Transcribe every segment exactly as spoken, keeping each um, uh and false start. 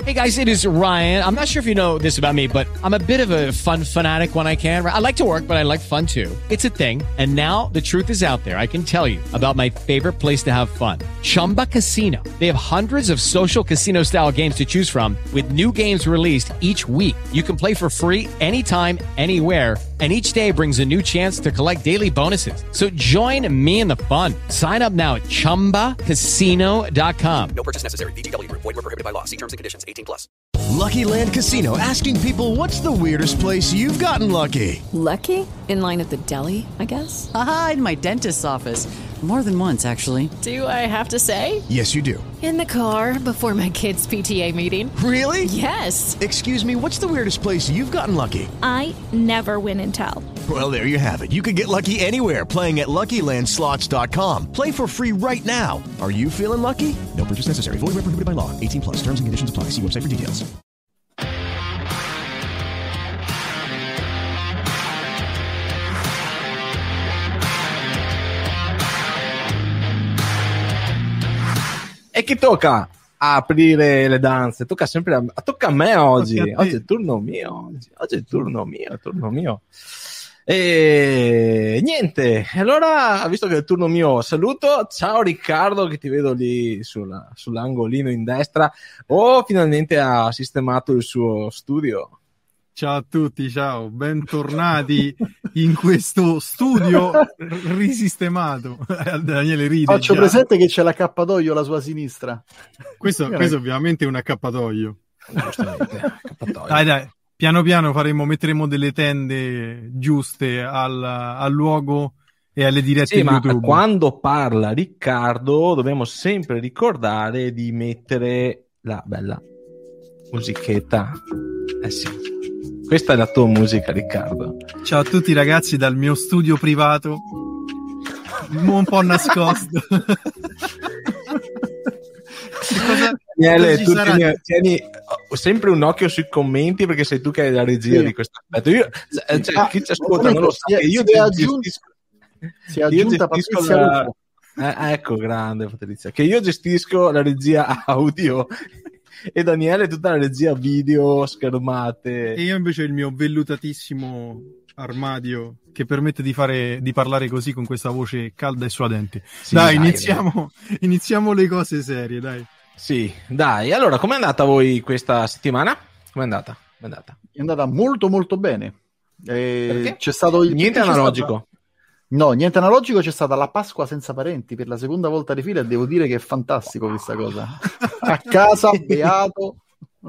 Hey guys, it is Ryan. I'm not sure if you know this about me, but I'm a bit of a fun fanatic when I can. I like to work, but I like fun too. It's a thing. And now the truth is out there. I can tell you about my favorite place to have fun. Chumba Casino. They have hundreds of social casino style games to choose from with new games released each week. You can play for free anytime, anywhere. And each day brings a new chance to collect daily bonuses. So join me in the fun. Sign up now at chumba casino dot com. No purchase necessary. V G W Group. Void where prohibited by law. See terms and conditions. eighteen plus. Lucky Land Casino, asking people, what's the weirdest place you've gotten lucky? Lucky? In line at the deli, I guess? Aha, in my dentist's office. More than once, actually. Do I have to say? Yes, you do. In the car before my kids' P T A meeting. Really? Yes. Excuse me, what's the weirdest place you've gotten lucky? I never win and tell. Well, there you have it. You can get lucky anywhere, playing at Lucky Land Slots dot com. Play for free right now. Are you feeling lucky? No purchase necessary. Void where prohibited by law. eighteen plus. Terms and conditions apply. See website for details. E chi tocca a aprire le danze? Tocca sempre a, tocca a me oggi. A oggi è il turno mio. Oggi, oggi è il turno mio, il turno mio. E niente, allora, visto che è il turno mio, saluto. Ciao Riccardo, che ti vedo lì sulla, sull'angolino in destra. Oh, finalmente ha sistemato il suo studio. Ciao a tutti, ciao, bentornati in questo studio risistemato. Daniele ride. Faccio già. presente che c'è l'accappatoio alla sua sinistra. Questo, questo ovviamente è un accappatoio. Giustamente, accappatoio. Dai, dai, piano piano faremo, metteremo delle tende giuste al, al luogo e alle dirette sì, ma YouTube. quando parla Riccardo dobbiamo sempre ricordare di mettere la bella musichetta. Eh sì. Questa è la tua musica, Riccardo. Ciao a tutti ragazzi dal mio studio privato, un po' nascosto. Cosa, Daniele, tu sarà? tieni, tieni sempre un occhio sui commenti, perché sei tu che hai la regia sì. di questo aspetto. Io, cioè, ah, chi ci ascolta non lo sa. Si, Io si è aggiunta, gestisco, si è aggiunta gestisco la... eh, ecco, grande Patrizia. Che io gestisco la regia audio e Daniele tutta la regia video, schermate. E io invece ho il mio vellutatissimo armadio che permette di fare di parlare così con questa voce calda e suadente. Sì, dai, dai, iniziamo dai. iniziamo le cose serie, dai. Sì, dai. Allora, com'è andata voi questa settimana? Com'è andata? Com'è andata? È andata molto molto bene. Eh, c'è stato il... Niente c'è analogico. Stata... No, niente analogico, c'è stata la Pasqua senza parenti per la seconda volta di fila e devo dire che è fantastico questa cosa. A casa, beato.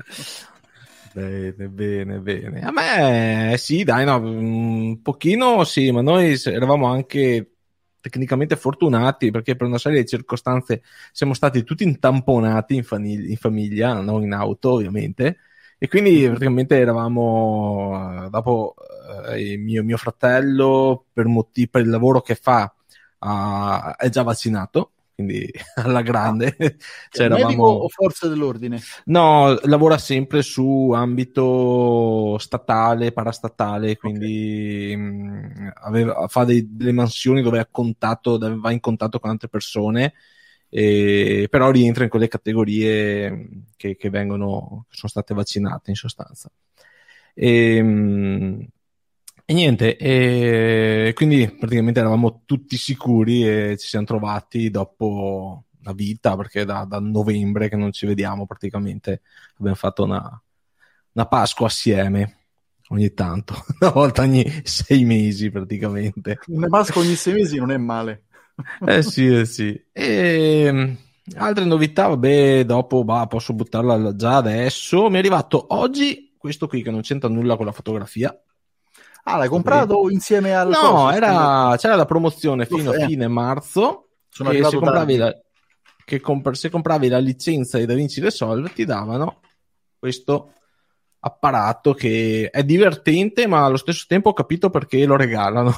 Bene, bene, bene. A me sì, dai, no, un pochino sì, ma noi eravamo anche tecnicamente fortunati perché per una serie di circostanze siamo stati tutti intamponati in, famiglia, in famiglia, non in auto ovviamente, e quindi praticamente eravamo, dopo eh, mio, mio fratello per, motivi, per il lavoro che fa uh, è già vaccinato, quindi alla grande. Cioè, eravamo... medico o forze dell'ordine? No, lavora sempre su ambito statale, parastatale, quindi okay. mh, aveva, fa dei, delle mansioni dove, è contatto, dove va in contatto con altre persone, e, però rientra in quelle categorie che, che vengono, che sono state vaccinate in sostanza. E, mh, E niente, e quindi praticamente eravamo tutti sicuri e ci siamo trovati dopo una vita, perché da, da novembre che non ci vediamo praticamente, abbiamo fatto una, una Pasqua assieme ogni tanto, una volta ogni sei mesi praticamente. Una Pasqua ogni sei mesi non è male. Eh sì, eh sì. E altre novità, vabbè, dopo bah, posso buttarla già adesso. Mi è arrivato oggi questo qui che non c'entra nulla con la fotografia. Ah, l'hai comprato insieme al... No, coso, era, c'era la promozione fino a fine marzo. Sono che se compravi, la, che comp- se compravi la licenza di DaVinci Resolve ti davano questo apparato che è divertente, ma allo stesso tempo ho capito perché lo regalano.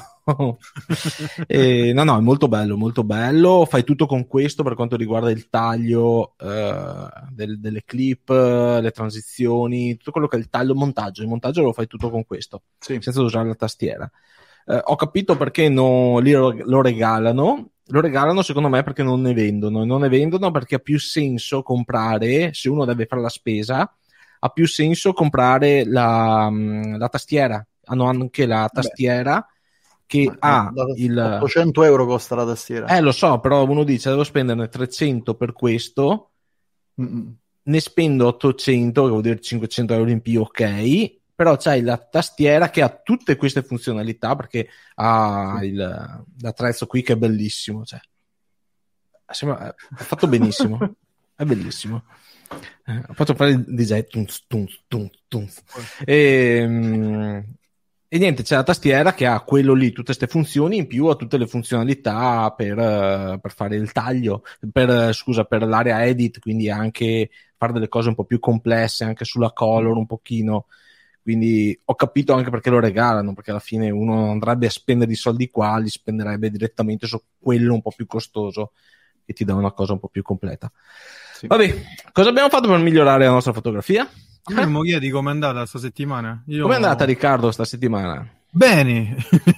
E, no, no, è molto bello, molto bello. Fai tutto con questo per quanto riguarda il taglio eh, del, delle clip, le transizioni, tutto quello che è il taglio, il montaggio. Il montaggio lo fai tutto con questo, sì, senza usare la tastiera. Eh, ho capito perché no, lì lo, lo regalano. Lo regalano secondo me perché non ne vendono. Non ne vendono perché ha più senso comprare, se uno deve fare la spesa, ha più senso comprare la, la tastiera. Hanno anche la tastiera Beh. che Ma, ha da, il ottocento euro costa la tastiera. Eh, lo so, però uno dice devo spenderne trecento per questo, Mm-mm. ne spendo ottocento, che vuol dire cinquecento euro in più, ok, però c'hai la tastiera che ha tutte queste funzionalità, perché ha sì. il, l'attrezzo qui che è bellissimo, cioè sembra, è fatto benissimo, è bellissimo. Eh, ho fatto fare il D J tunz, tunz, tunz, tunz. E, e niente, c'è la tastiera che ha quello lì, tutte queste funzioni, in più ha tutte le funzionalità per, per fare il taglio, per, scusa, per l'area edit, quindi anche fare delle cose un po' più complesse, anche sulla color un pochino. Quindi ho capito anche perché lo regalano, perché alla fine uno non andrebbe a spendere i soldi qua, li spenderebbe direttamente su quello un po' più costoso, che ti dà una cosa un po' più completa. Sì. Vabbè, cosa abbiamo fatto per migliorare la nostra fotografia? A me mi chiedi com'è andata sta settimana? Io... Com'è andata, Riccardo, sta settimana? Bene!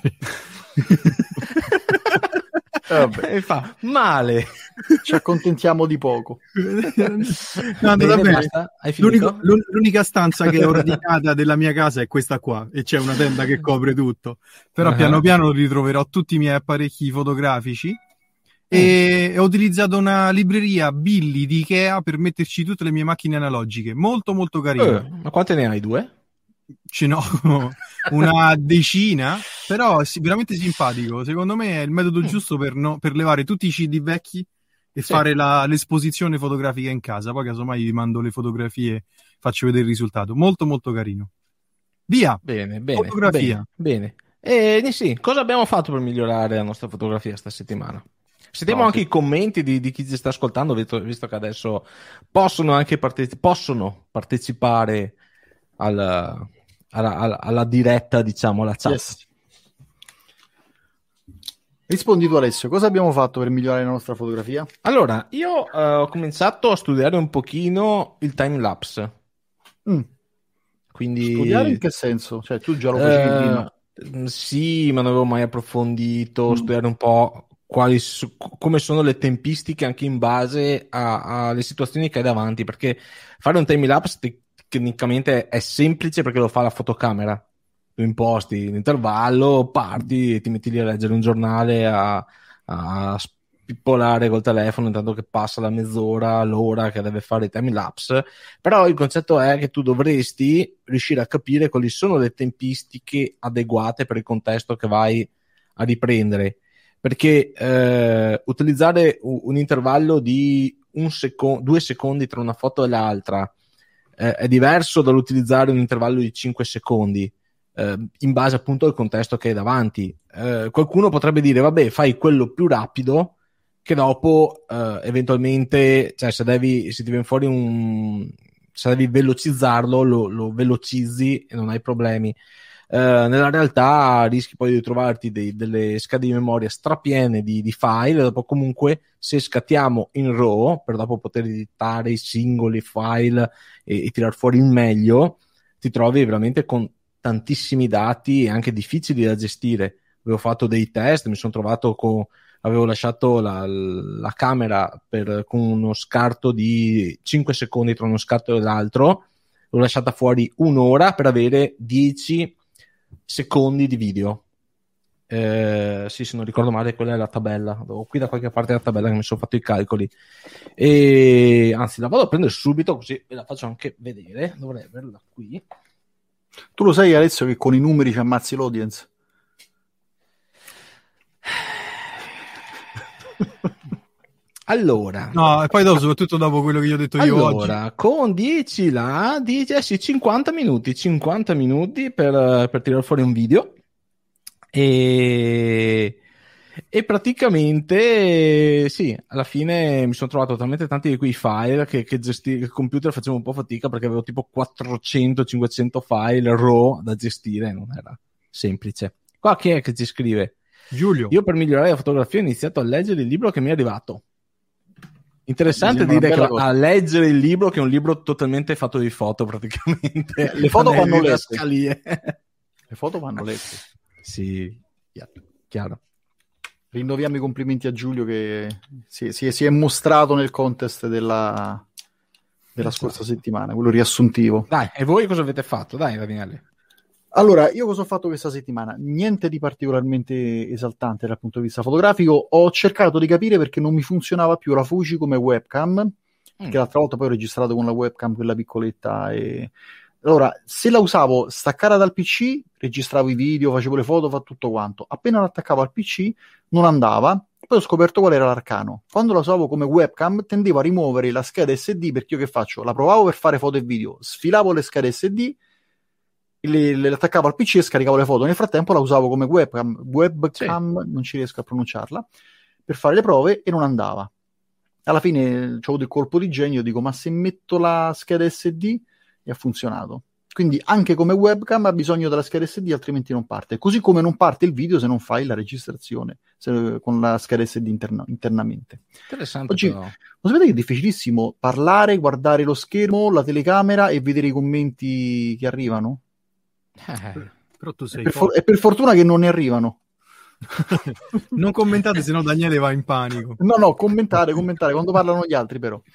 Vabbè. Fa male. Ci accontentiamo di poco. No, andata bene. Basta? Hai finito? L'unica, l'unica stanza che è ordinata della mia casa è questa qua, e c'è una tenda che copre tutto. Però uh-huh. piano piano ritroverò tutti i miei apparecchi fotografici. E ho utilizzato una libreria Billy di Ikea per metterci tutte le mie macchine analogiche, molto molto carina. Eh, ma quante ne hai? Due? Ce n'ho una decina, però è veramente simpatico. Secondo me è il metodo mm. giusto per, no, per levare tutti i C D vecchi e sì. fare la, l'esposizione fotografica in casa. Poi casomai vi mando le fotografie, faccio vedere il risultato. Molto molto carino. Via! Bene, bene. Fotografia. Bene, bene. E sì, cosa abbiamo fatto per migliorare la nostra fotografia sta settimana? Sentiamo no, anche sì. i commenti di, di chi ci sta ascoltando, visto, visto che adesso possono anche parteci- possono partecipare al, alla, alla, alla diretta, diciamo, alla chat. Yes. Rispondi tu, Alessio, cosa abbiamo fatto per migliorare la nostra fotografia? Allora, io uh, ho cominciato a studiare un pochino il time lapse. Mm. Quindi studiare in che senso? Cioè, tu già lo facevi uh, prima? Sì, ma non avevo mai approfondito, mm. studiare un po' quali su, come sono le tempistiche anche in base alle situazioni che hai davanti, perché fare un time lapse tecnicamente è semplice perché lo fa la fotocamera. Tu imposti l'intervallo, parti e ti metti lì a leggere un giornale, a, a spippolare col telefono intanto che passa la mezz'ora, l'ora che deve fare il time lapse. Però il concetto è che tu dovresti riuscire a capire quali sono le tempistiche adeguate per il contesto che vai a riprendere, perché eh, utilizzare un, un intervallo di un secondo, due secondi tra una foto e l'altra eh, è diverso dall'utilizzare un intervallo di cinque secondi eh, in base appunto al contesto che hai davanti. Eh, qualcuno potrebbe dire vabbè, fai quello più rapido, che dopo eh, eventualmente, cioè se devi se ti viene fuori un se devi velocizzarlo lo, lo velocizzi e non hai problemi. Uh, nella realtà rischi poi di trovarti dei, delle schede di memoria strapiene di, di file, e dopo comunque se scattiamo in RAW per dopo poter editare i singoli file e, e tirar fuori il meglio, ti trovi veramente con tantissimi dati e anche difficili da gestire. Avevo fatto dei test, mi sono trovato con avevo lasciato la, la camera per, con uno scarto di cinque secondi tra uno scatto e l'altro, l'ho lasciata fuori un'ora per avere dieci secondi di video. Eh, sì, se non ricordo male quella è la tabella, ho qui da qualche parte la tabella che mi sono fatto i calcoli, e anzi la vado a prendere subito così ve la faccio anche vedere, dovrei averla qui. Tu lo sai, Alessio, che con i numeri ci ammazzi l'audience? Allora, no, e poi dopo, soprattutto dopo quello che io ho detto io allora, oggi. Allora, con dieci là, dieci, eh sì, cinquanta minuti, cinquanta minuti per, per tirare fuori un video. E, e praticamente, sì, alla fine mi sono trovato talmente tanti di quei file che, che gestire il computer facevo un po' fatica, perché avevo tipo quattrocento cinquecento file RAW da gestire, non era semplice. Qua chi è che ci scrive? Giulio. Io per migliorare la fotografia ho iniziato a leggere il libro che mi è arrivato. Interessante dire che cosa. A leggere il libro, che è un libro totalmente fatto di foto praticamente. Le foto vanno lette. Le foto vanno lette. Sì, chiaro. Rinnoviamo i complimenti a Giulio che si, si, si è mostrato nel contest della, della scorsa settimana, quello riassuntivo. Dai, e voi cosa avete fatto? Dai, Daniele. Allora, io cosa ho fatto questa settimana? Niente di particolarmente esaltante dal punto di vista fotografico. Ho cercato di capire perché non mi funzionava più la Fuji come webcam, perché mm. l'altra volta poi ho registrato con la webcam quella piccoletta e... Allora, se la usavo staccata dal P C, registravo i video, facevo le foto, fa tutto quanto. Appena l'attaccavo al P C non andava. Poi ho scoperto qual era l'arcano. Quando la usavo come webcam tendevo a rimuovere la scheda S D, perché io che faccio? La provavo per fare foto e video, sfilavo le schede S D, le, le attaccavo al P C e scaricavo le foto. Nel frattempo la usavo come webcam, webcam sì. Non ci riesco a pronunciarla, per fare le prove e non andava. Alla fine ho avuto il colpo di genio, dico ma se metto la scheda S D e ha funzionato. Quindi anche come webcam ha bisogno della scheda S D, altrimenti non parte. Così come non parte il video se non fai la registrazione se, con la scheda S D interna, internamente. Interessante. Oggi, lo sapete che è difficilissimo parlare, guardare lo schermo, la telecamera e vedere i commenti che arrivano? Eh, però tu sei è, per for- è per fortuna che non ne arrivano. Non commentate, sennò Daniele va in panico. No, no, commentare, commentare quando parlano gli altri, però.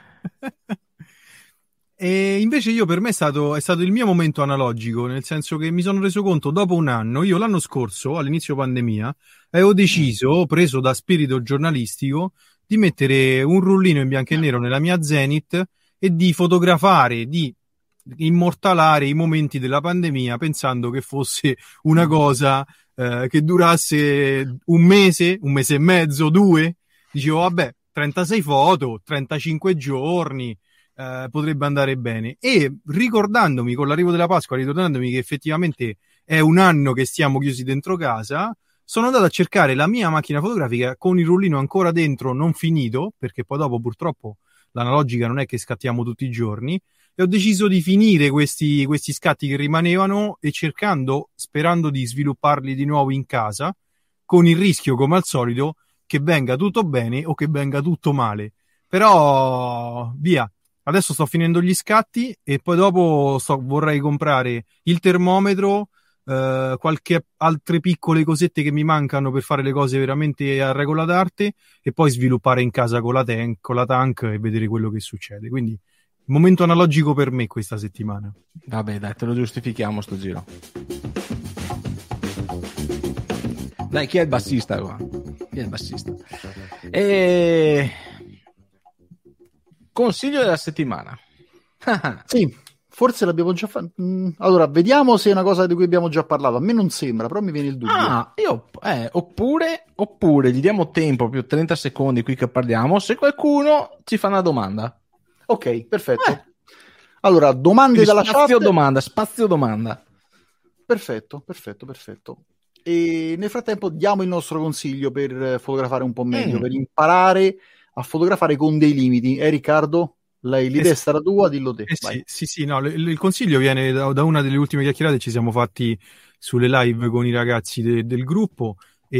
E invece io, per me è stato, è stato il mio momento analogico, nel senso che mi sono reso conto dopo un anno, io l'anno scorso, all'inizio pandemia, avevo deciso, preso da spirito giornalistico, di mettere un rullino in bianco e nero nella mia Zenith e di fotografare, di immortalare i momenti della pandemia, pensando che fosse una cosa eh, che durasse un mese, un mese e mezzo, due. Dicevo, vabbè, trentasei foto, trentacinque giorni, eh, potrebbe andare bene. E ricordandomi, con l'arrivo della Pasqua, ricordandomi che effettivamente è un anno che stiamo chiusi dentro casa, sono andato a cercare la mia macchina fotografica con il rullino ancora dentro, non finito, perché poi dopo purtroppo l'analogica non è che scattiamo tutti i giorni, e ho deciso di finire questi, questi scatti che rimanevano e cercando, sperando di svilupparli di nuovo in casa, con il rischio, come al solito, che venga tutto bene o che venga tutto male. Però, via. Adesso sto finendo gli scatti e poi dopo sto, vorrei comprare il termometro, eh, qualche altre piccole cosette che mi mancano per fare le cose veramente a regola d'arte e poi sviluppare in casa con la, tank, con la tank e vedere quello che succede. Quindi momento analogico per me questa settimana. Vabbè, dai, te lo giustifichiamo sto giro. Dai, chi è il bassista qua? Chi è il bassista? E... consiglio della settimana. Sì, forse l'abbiamo già fatto. Allora, vediamo se è una cosa di cui abbiamo già parlato. A me non sembra, però mi viene il dubbio. Ah, io, eh, oppure, oppure gli diamo tempo, più trenta secondi qui che parliamo, se qualcuno ci fa una domanda. Ok, perfetto. Eh. Allora, domande dalla chat. Spazio domanda, spazio domanda. Perfetto, perfetto, perfetto. E nel frattempo diamo il nostro consiglio per fotografare un po' meglio, mm. per imparare a fotografare con dei limiti. Eh Riccardo? Lei, l'idea è stata tua, dillo te. Eh sì, sì, sì, no, l- il consiglio viene da, da una delle ultime chiacchierate che ci siamo fatti sulle live con i ragazzi de- del gruppo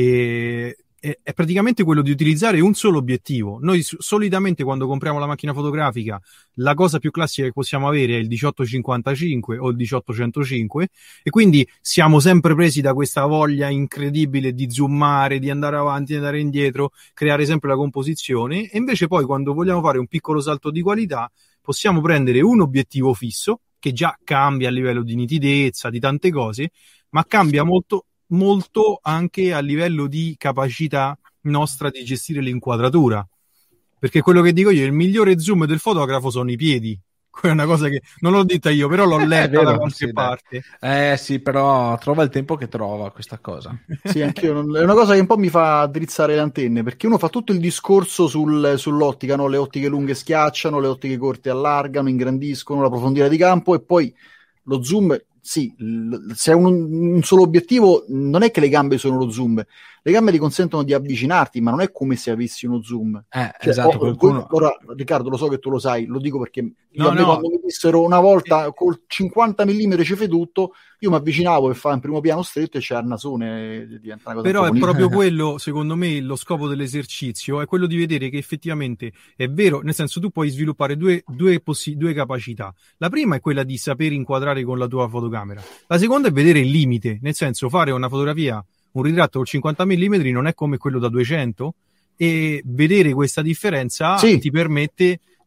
e è, è praticamente quello di utilizzare un solo obiettivo. Noi s- solitamente quando compriamo la macchina fotografica la cosa più classica che possiamo avere è il diciotto cinquantacinque o il diciotto centocinque e quindi siamo sempre presi da questa voglia incredibile di zoomare, di andare avanti, di andare indietro, creare sempre la composizione e invece poi quando vogliamo fare un piccolo salto di qualità possiamo prendere un obiettivo fisso che già cambia a livello di nitidezza, di tante cose, ma cambia molto molto anche a livello di capacità nostra di gestire l'inquadratura, perché quello che dico io, il migliore zoom del fotografo sono i piedi. Quella è una cosa che non l'ho detta io, però l'ho letta vero, da qualche sì, parte. Eh sì, però trova il tempo che trova questa cosa. Sì, anch'io. Non... È una cosa che un po' mi fa drizzare le antenne, perché uno fa tutto il discorso sul, sull'ottica, no? Le ottiche lunghe schiacciano, le ottiche corte allargano, ingrandiscono la profondità di campo e poi lo zoom... Sì, se è un, un solo obiettivo non è che le gambe sono lo zoom, le gambe ti consentono di avvicinarti, ma non è come se avessi uno zoom. Eh, cioè, esatto, oh, qualcuno... ora Riccardo, lo so che tu lo sai, lo dico perché no, a me no. quando mi dissero una volta col cinquanta millimetri ci fai tutto, io mi avvicinavo per fare un primo piano stretto e c'era il nasone, diventa una cosa. Però un è proprio quello, secondo me, lo scopo dell'esercizio, è quello di vedere che effettivamente è vero, nel senso tu puoi sviluppare due, due, possi- due capacità. La prima è quella di saper inquadrare con la tua fotocamera, la seconda è vedere il limite, nel senso fare una fotografia, un ritratto col cinquanta millimetri non è come quello da duecento e vedere questa differenza sì. ti permette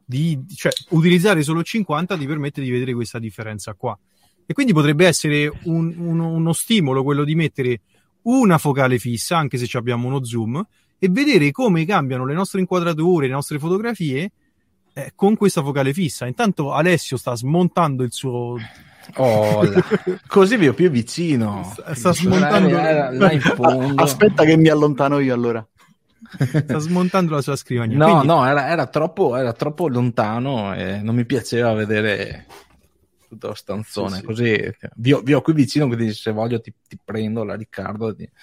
di, cioè utilizzare solo cinquanta ti permette di vedere questa differenza qua. E quindi potrebbe essere un, uno, uno stimolo quello di mettere una focale fissa, anche se abbiamo uno zoom, e vedere come cambiano le nostre inquadrature, le nostre fotografie eh, con questa focale fissa. Intanto Alessio sta smontando il suo... Oh, là. Così vi ho più vicino. Sta, sta smontando... Là, là in fondo. Aspetta che mi allontano io allora. Sta smontando la sua scrivania. No, Quindi... no, era, era, troppo, era troppo lontano e non mi piaceva vedere tutto lo stanzone. Sì, sì. Così vi ho, vi ho qui vicino, quindi se voglio ti, ti prendo la Riccardo. Ti...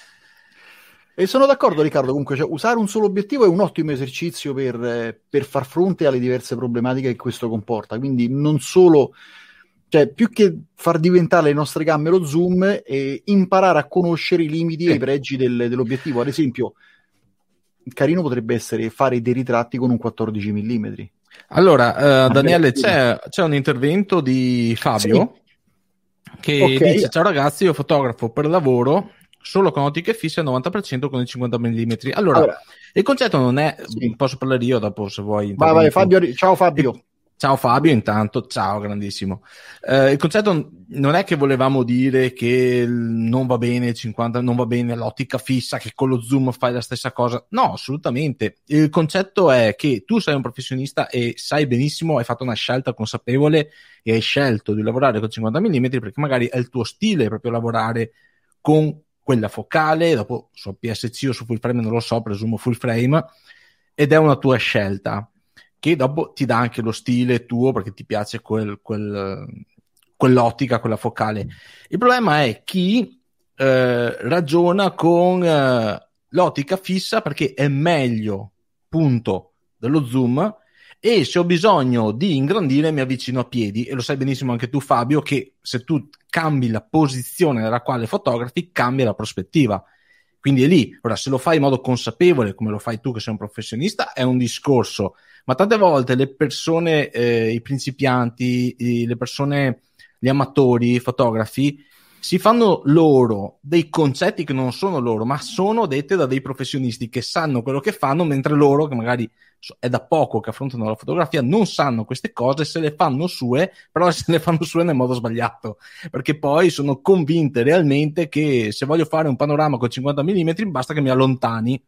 E sono d'accordo, Riccardo, comunque cioè, usare un solo obiettivo è un ottimo esercizio per, eh, per far fronte alle diverse problematiche che questo comporta, quindi non solo, cioè più che far diventare le nostre gambe lo zoom, e imparare a conoscere i limiti e i pregi del, dell'obiettivo. Ad esempio, carino potrebbe essere fare dei ritratti con un quattordici millimetri. Allora, uh, Daniele, c'è, c'è un intervento di Fabio sì. che okay. dice: ciao ragazzi, io fotografo per lavoro solo con ottiche fisse al novanta per cento con i cinquanta millimetri. Allora, allora, il concetto non è, sì. posso parlare io dopo se vuoi. Vai, vai, Fabio, ciao Fabio. Ciao Fabio, intanto, ciao, grandissimo. Eh, il concetto non è che volevamo dire che non va bene il cinquanta, non va bene l'ottica fissa, che con lo zoom fai la stessa cosa. No, assolutamente. Il concetto è che tu sei un professionista e sai benissimo, hai fatto una scelta consapevole e hai scelto di lavorare con cinquanta millimetri perché magari è il tuo stile proprio lavorare con quella focale, dopo su P S C o su full frame non lo so, presumo full frame, ed è una tua scelta che dopo ti dà anche lo stile tuo perché ti piace quel, quel, quell'ottica, quella focale. Il problema è chi eh, ragiona con eh, l'ottica fissa perché è meglio, punto, dello zoom, e se ho bisogno di ingrandire mi avvicino a piedi, e lo sai benissimo anche tu Fabio che se tu cambi la posizione nella quale fotografi cambia la prospettiva. Quindi è lì. Ora, se lo fai in modo consapevole, come lo fai tu che sei un professionista, è un discorso. Ma tante volte le persone, eh, i principianti, i, le persone, gli amatori, i fotografi, si fanno loro dei concetti che non sono loro, ma sono dette da dei professionisti che sanno quello che fanno, mentre loro, che magari è da poco che affrontano la fotografia, non sanno queste cose, se le fanno sue, però se le fanno sue nel modo sbagliato, perché poi sono convinte realmente che se voglio fare un panorama con cinquanta millimetri basta che mi allontani.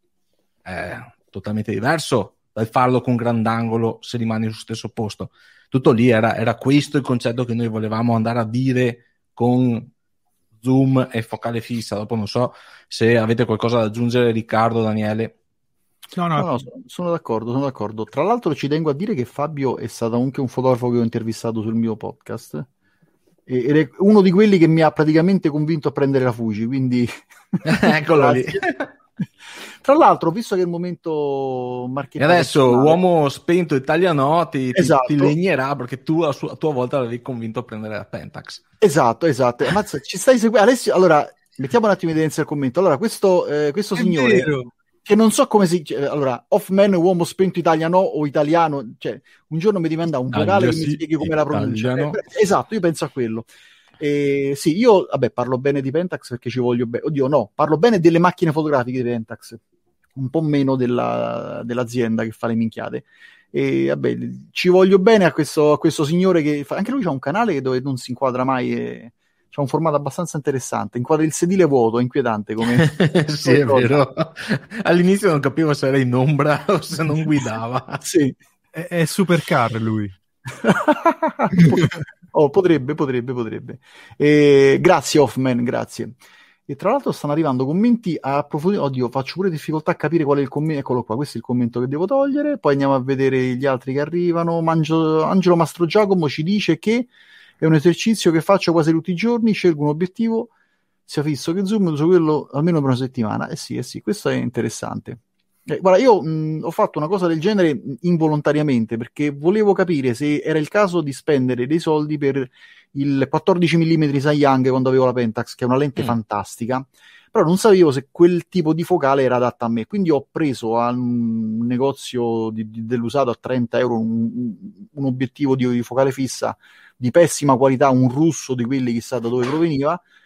È totalmente diverso dal farlo con grandangolo se rimani sullo stesso posto. Tutto lì era, era questo il concetto che noi volevamo andare a dire con zoom e focale fissa. Dopo non so se avete qualcosa da aggiungere, Riccardo, Daniele. No, no, no, sono d'accordo, sono d'accordo. Tra l'altro ci tengo a dire che Fabio è stato anche un fotografo che ho intervistato sul mio podcast ed è uno di quelli che mi ha praticamente convinto a prendere la Fuji, quindi eccolo lì. Tra l'altro, visto che è il momento marchettino, e adesso uomo spento italiano ti, esatto. ti, ti legnerà perché tu a, su, a tua volta l'avevi convinto a prendere la Pentax. Esatto, esatto. Ammazza, ci stai seguendo Alessio? Allora, mettiamo un attimo in evidenza il commento. Allora, questo, eh, questo signore vero. che non so come si cioè, allora, Hoffman, uomo spento italiano o italiano, cioè un giorno mi devi mandare un vocale che mi spieghi come la pronuncia. Eh, esatto, io penso a quello. Eh, sì, io vabbè parlo bene di Pentax perché ci voglio bene. Oddio, no, parlo bene delle macchine fotografiche di Pentax, un po' meno della, dell'azienda che fa le minchiate. E vabbè, ci voglio bene a questo, a questo signore che fa, anche lui c'ha un canale dove non si inquadra mai. E... c'è un formato abbastanza interessante, inquadra il sedile vuoto, è inquietante come sì, è vero. All'inizio non capivo se era in ombra o se non guidava. Sì, è, è supercar lui. Oh, potrebbe, potrebbe, potrebbe. Eh, grazie Hoffman, grazie. E tra l'altro stanno arrivando commenti a approfondire. Oddio, faccio pure difficoltà a capire qual è il commento. Eccolo qua, questo è il commento che devo togliere. Poi andiamo a vedere gli altri che arrivano. Mangio... Angelo Mastrogiacomo ci dice che è un esercizio che faccio quasi tutti i giorni, scelgo un obiettivo, sia fisso che zoom, uso quello almeno per una settimana. Eh sì, eh sì, questo è interessante. Eh, guarda, io mh, ho fatto una cosa del genere involontariamente, perché volevo capire se era il caso di spendere dei soldi per il quattordici millimetri Samyang quando avevo la Pentax, che è una lente mm. fantastica, però non sapevo se quel tipo di focale era adatta a me, quindi ho preso a un negozio di, di, dell'usato a trenta euro un, un obiettivo di, di focale fissa di pessima qualità, un russo di quelli chissà da dove proveniva,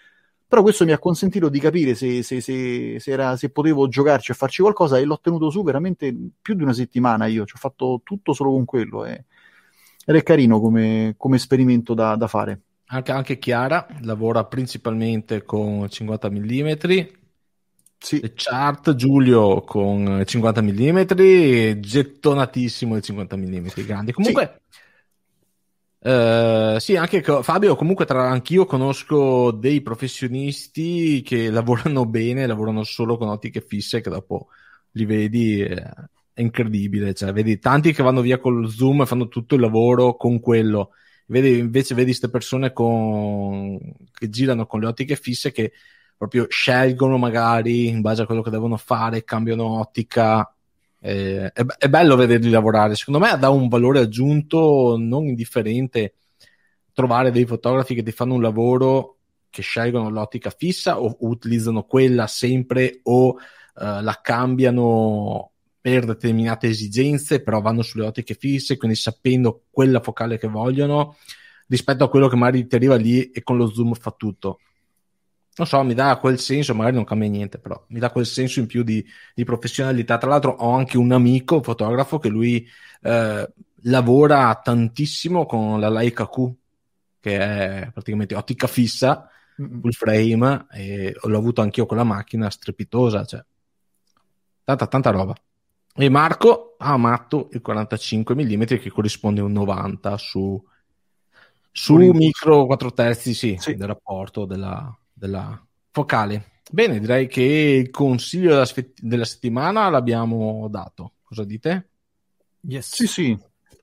Però questo mi ha consentito di capire se, se, se, se, era, se potevo giocarci e farci qualcosa, e l'ho tenuto su veramente più di una settimana. Io ci ho fatto tutto solo con quello, e, ed è carino come, come esperimento da, da fare. Anche, anche Chiara lavora principalmente con cinquanta millimetri, sì. Le chart, Giulio con cinquanta millimetri, gettonatissimo il cinquanta millimetri grandi. Comunque sì. Uh, sì, anche Fabio, comunque tra anch'io conosco dei professionisti che lavorano bene, lavorano solo con ottiche fisse, che dopo li vedi, eh, è incredibile, cioè vedi tanti che vanno via col zoom e fanno tutto il lavoro con quello, vedi, invece vedi queste persone con... che girano con le ottiche fisse, che proprio scelgono magari in base a quello che devono fare, cambiano ottica. Eh, è, è bello vederli lavorare, secondo me dà un valore aggiunto non indifferente trovare dei fotografi che ti fanno un lavoro, che scelgono l'ottica fissa o, o utilizzano quella sempre o eh, la cambiano per determinate esigenze, però vanno sulle ottiche fisse, quindi sapendo quella focale che vogliono, rispetto a quello che magari ti arriva lì e con lo zoom fa tutto. Non so, mi dà quel senso, magari non cambia niente, però mi dà quel senso in più di, di professionalità. Tra l'altro ho anche un amico fotografo che lui eh, lavora tantissimo con la Leica Q, che è praticamente ottica fissa, mm-hmm. full frame, e l'ho avuto anch'io con la macchina, strepitosa, cioè tanta tanta roba. E Marco ha amato il quarantacinque millimetri, che corrisponde a un novanta su, su micro quattro terzi, sì, sì. del rapporto della... della focale. Bene, direi che il consiglio della, sfe- della settimana l'abbiamo dato. Cosa dite? Yes. Sì, sì.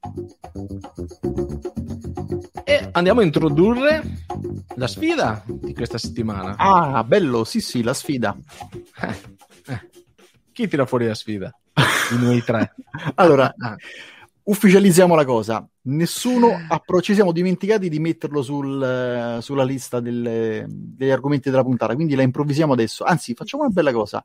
E andiamo a introdurre la sfida di questa settimana. Ah, bello, sì, sì, la sfida. Eh, eh. Chi tira fuori la sfida? Di noi tre. Allora, ah. ufficializziamo la cosa. Nessuno ha pro- ci siamo dimenticati di metterlo sul, uh, sulla lista delle, degli argomenti della puntata, quindi la improvvisiamo adesso. Anzi, facciamo una bella cosa.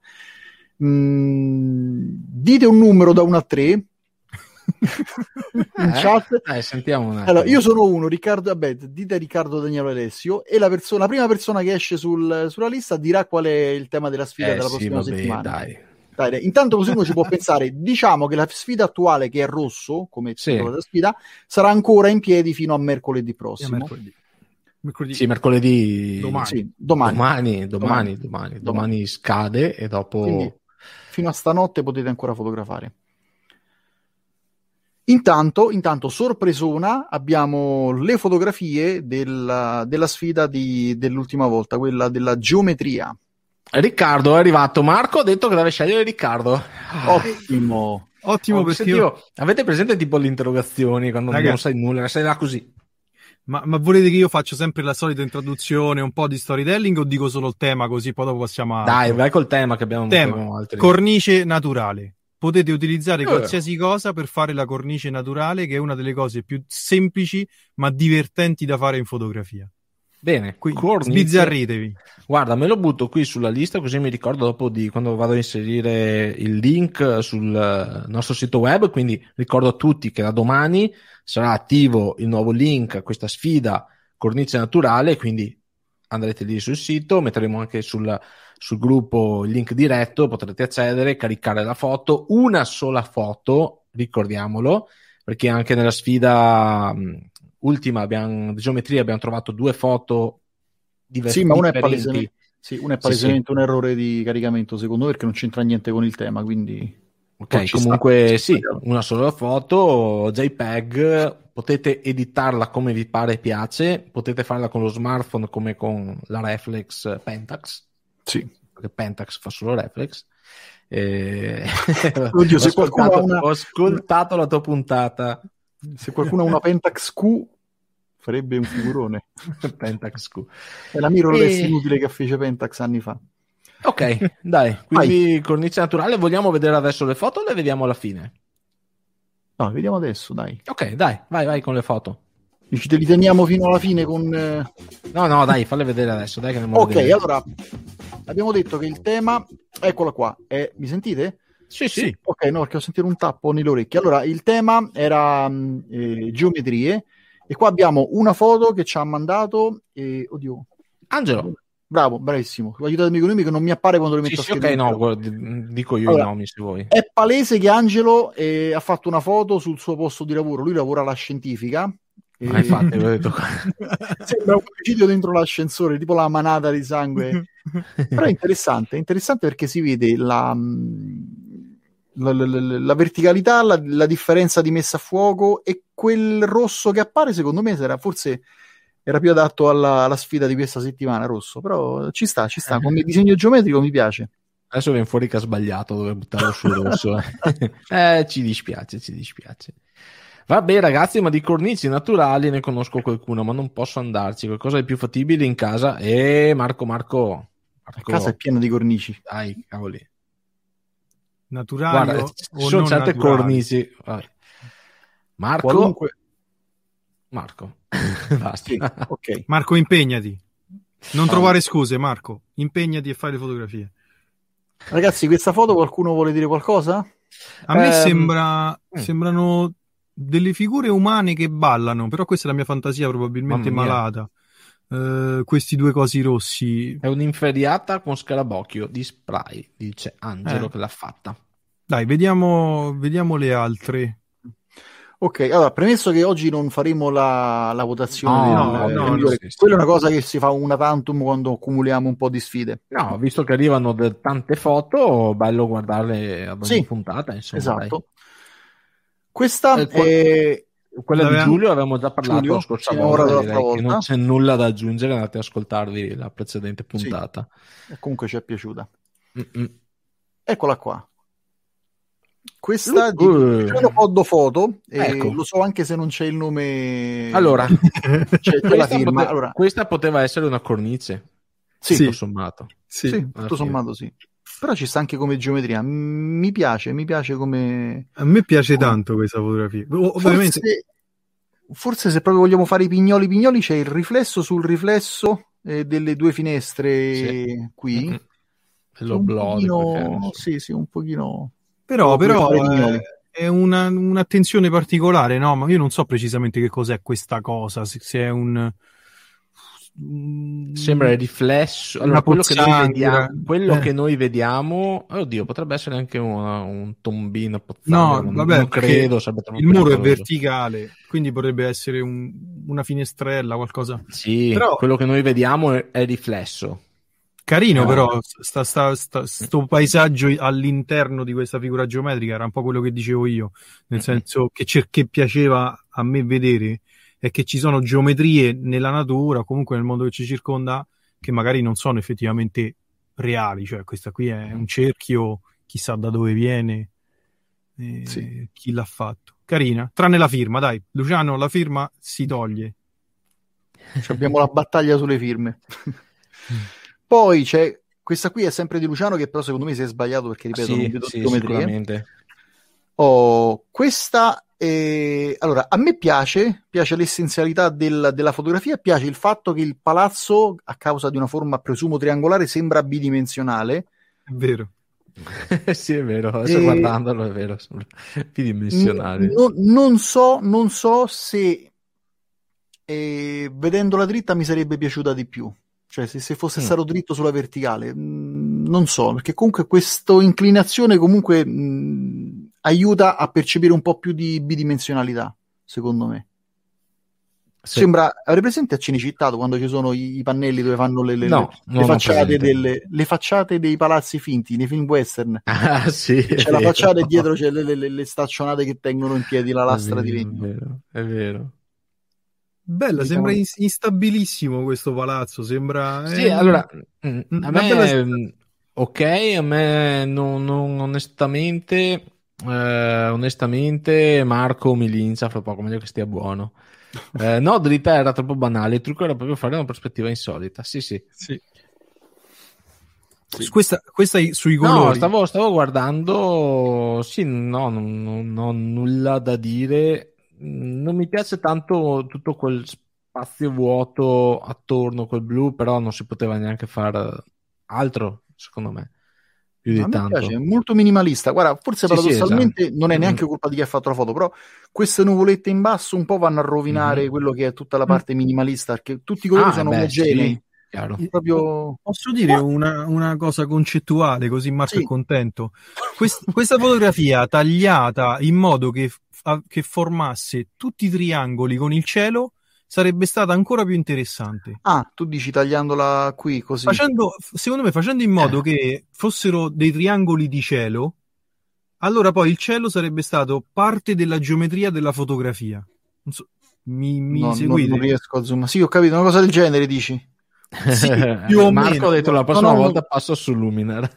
Mm, dite un numero da uno a tre in eh, chat. Eh, sentiamo un allora, io sono uno, Riccardo, vabbè, dite Riccardo, Daniele, Alessio, e la, persona, la prima persona che esce sul, sulla lista dirà qual è il tema della sfida eh, della sì, prossima vabbè, settimana. Dai. Dai, intanto così uno ci può pensare, diciamo che la sfida attuale, che è rosso come sì. della sfida, sarà ancora in piedi fino a mercoledì prossimo. Mercoledì. Mercoledì. Sì, mercoledì domani. Sì, domani. Domani, domani, domani, domani, domani scade e dopo quindi, fino a stanotte potete ancora fotografare. Intanto, intanto sorpresona, abbiamo le fotografie della, della sfida di, dell'ultima volta, quella della geometria. Riccardo è arrivato. Marco ha detto che deve scegliere Riccardo. Ottimo, ottimo. Oh, perché io... io... avete presente tipo le interrogazioni quando Ragazzi, non sai nulla, sei là così. Ma, ma volete che io faccia sempre la solita introduzione, un po' di storytelling, o dico solo il tema, così poi dopo passiamo a... Dai, vai col tema che abbiamo, tema. abbiamo altri. Cornice naturale. Potete utilizzare eh. qualsiasi cosa per fare la cornice naturale, che è una delle cose più semplici ma divertenti da fare in fotografia. Bene, quindi cornice. Sbizzarritevi. Guarda, me lo butto qui sulla lista, così mi ricordo dopo di quando vado a inserire il link sul nostro sito web. Quindi ricordo a tutti che da domani sarà attivo il nuovo link a questa sfida cornice naturale, quindi andrete lì sul sito, metteremo anche sul, sul gruppo il link diretto, potrete accedere, caricare la foto, una sola foto, ricordiamolo, perché anche nella sfida ultima abbiamo, di geometria abbiamo trovato due foto diverse. Sì, ma una è palesemente, sì, una è palesemente sì, sì. un errore di caricamento, secondo me, perché non c'entra niente con il tema, quindi... Ok, comunque sta, sì, una sola foto, JPEG, potete editarla come vi pare e piace, potete farla con lo smartphone come con la reflex Pentax. Sì. Perché Pentax fa solo reflex. E... Oddio, ho, se ascoltato, ha una... ho ascoltato la tua puntata. Se qualcuno ha una Pentax Q farebbe un figurone. Pentax Q è la mirrorless e... inutile che fece Pentax anni fa. Ok, dai, quindi vai. Cornice naturale, vogliamo vedere adesso le foto o le vediamo alla fine? No, vediamo adesso, dai. Ok, dai, vai, vai con le foto. Dici, te li teniamo fino alla fine con... No, no, dai, falle vedere adesso, dai che ne Ok, vedere. allora, abbiamo detto che il tema, eccola qua, è... mi sentite? Sì, sì, sì. Ok, no, perché ho sentito un tappo nelle orecchie. Allora, il tema era eh, geometrie, e qua abbiamo una foto che ci ha mandato, eh, oddio, Angelo. Bravo, bravissimo. Aiutatemi con i nomi che non mi appare quando lo metto Sì, a sì, ok, schermo. no, guarda, dico io Allora, i nomi se vuoi. È palese che Angelo eh, ha fatto una foto sul suo posto di lavoro. Lui lavora alla scientifica. E... Ah, infatti, avevo detto... Sembra un omicidio dentro l'ascensore, tipo la manata di sangue. Però è interessante, è interessante perché si vede la, la, la, la, la verticalità, la, la differenza di messa a fuoco, e quel rosso che appare, secondo me, sarà forse era più adatto alla, alla sfida di questa settimana, rosso. Però ci sta, ci sta. Come disegno geometrico mi piace. Adesso viene fuori che ha sbagliato, dove buttarlo sul rosso. eh, ci dispiace, ci dispiace. Vabbè ragazzi, ma di cornici naturali ne conosco qualcuno, ma non posso andarci. Qualcosa di più fattibile in casa? Eh, Marco, Marco. Marco. La casa è piena di cornici. Dai, cavoli. Naturali. Guarda, o, ci o sono non certe naturali. cornici. Vai. Marco. Qualunque... Marco. Basta. Sì, ok. Marco, impegnati. Non Ah. trovare scuse, Marco. Impegnati e fai le fotografie. Ragazzi, questa foto qualcuno vuole dire qualcosa? A me Ehm, sembra, mm. sembrano delle figure umane che ballano, però questa è la mia fantasia probabilmente Mamma mia. malata. Eh, questi due cosi rossi. È un'inferiata con scarabocchio di spray, dice Angelo Eh. che l'ha fatta. Dai, vediamo, vediamo le altre. Ok, allora, premesso che oggi non faremo la, la votazione No, del, no, del no, migliore, sì, sì. quella è una cosa che si fa una tantum quando accumuliamo un po' di sfide. No, visto che arrivano de- tante foto, bello guardarle ad ogni Sì, puntata, insomma. esatto. Questa Eh, qua- è... Dai. Quella L'aveva- di Giulio avevamo già parlato Giulio? la scorsa Sì, volta, ora direi l'altra che volta. non c'è nulla da aggiungere, andate ad ascoltarvi la precedente puntata. e comunque ci è piaciuta. Mm-mm. Eccola qua. Questa di Uh. Luciano Poddo Foto, e Ecco. lo so anche se non c'è il nome. Allora, c'è, c'è la questa, firma. pote- Allora, questa poteva essere una cornice, sì, tutto sommato. Sì. sì, alla tutto fine. sommato sì. Però ci sta anche come geometria. M- Mi piace, mi piace come... A me piace tanto questa fotografia. O- Ovviamente, Forse, forse se proprio vogliamo fare i pignoli pignoli, c'è il riflesso sul riflesso eh, delle due finestre Sì. qui. Mm-mm. Che Lo un blode, pochino, perché- sì, sì, un pochino. però, come però fare i pignoli. eh, è una, un'attenzione particolare, no? Ma io non so precisamente che cos'è questa cosa, se, se è un... un- Sembra il riflesso. Allora, Una quello che noi pozzanghera. vediamo, quello Eh. che noi vediamo, oddio, potrebbe essere anche una- un tombino pozzanghera, No, non, vabbè, non perché credo. sarebbe troppo il muro è pericoloso. verticale, quindi potrebbe essere un- una finestrella, qualcosa. Sì, Però- quello che noi vediamo è, è riflesso. Carino, No. però, sta, sta, sta- sto paesaggio all'interno di questa figura geometrica era un po' quello che dicevo io, nel senso che, cer- che piaceva a me vedere è che ci sono geometrie nella natura, comunque nel mondo che ci circonda, che magari non sono effettivamente reali, cioè questa qui è un cerchio, chissà da dove viene, eh, Sì. chi l'ha fatto. Carina, tranne la firma, dai, Luciano, la firma si toglie. Cioè, abbiamo la battaglia sulle firme. Poi c'è questa qui, è sempre di Luciano, che però secondo me si è sbagliato perché ripeto, non Sì, vedo sì, geometrie. sicuramente. Oh, questa è... allora, a me piace, piace l'essenzialità del- della fotografia, piace il fatto che il palazzo, a causa di una forma presumo triangolare, sembra bidimensionale. È vero. Sì, è vero, adesso E- guardandolo è vero, sembra bidimensionale. N- non, non so, non so se eh, vedendola dritta mi sarebbe piaciuta di più. Cioè, se, se fosse Mm. stato dritto sulla verticale, mm, non so, perché comunque questa inclinazione comunque mm, aiuta a percepire un po' più di bidimensionalità, secondo me. Sì. Sembra, avrei presente a Cinecittà quando ci sono i, i pannelli dove fanno le, le- No, le- non le ho facciate presente. delle, le facciate dei palazzi finti nei film western. Ah, sì, è C'è la vero. facciata e dietro c'è le, le- le- le staccionate che tengono in piedi la lastra È di vero, legno. È vero, è vero. Bella, Diciamo- sembra ins- instabilissimo questo palazzo, sembra... Sì, eh, allora, mm, a una me, bella- mm, ok, a me non, non- onestamente, eh, onestamente Marco mi lincia fra poco, meglio che stia buono. Eh, no, dritta era troppo banale, il trucco era proprio fare una prospettiva insolita. Sì, sì. Sì. Questa, questa è sui No, colori. stavo, stavo guardando, sì, no, non, non- non ho nulla da dire. Non mi piace tanto tutto quel spazio vuoto attorno col blu, però non si poteva neanche fare altro, secondo me, più di A me tanto. piace, è molto minimalista. Guarda, forse Sì, sì, paradossalmente esatto. non è Mm. neanche colpa di chi ha fatto la foto, però queste nuvolette in basso un po' vanno a rovinare Mhm. quello che è tutta la parte minimalista, perché tutti i colori Ah, sono beh, omogenei. sì. Chiaro. Proprio... Posso dire una, una cosa concettuale, così Marco Sì. è contento? Quest- questa fotografia tagliata in modo che, f- che formasse tutti i triangoli con il cielo sarebbe stata ancora più interessante. Ah, tu dici tagliandola qui così. Facendo, secondo me, facendo in modo che fossero dei triangoli di cielo, allora poi il cielo sarebbe stato parte della geometria della fotografia. Non so, mi, mi No, non, seguite? non riesco a zoomare. Sì, ho capito, una cosa del genere dici. Sì, più o Marco meno. ha detto la No, prossima no, volta no. passo su Luminar.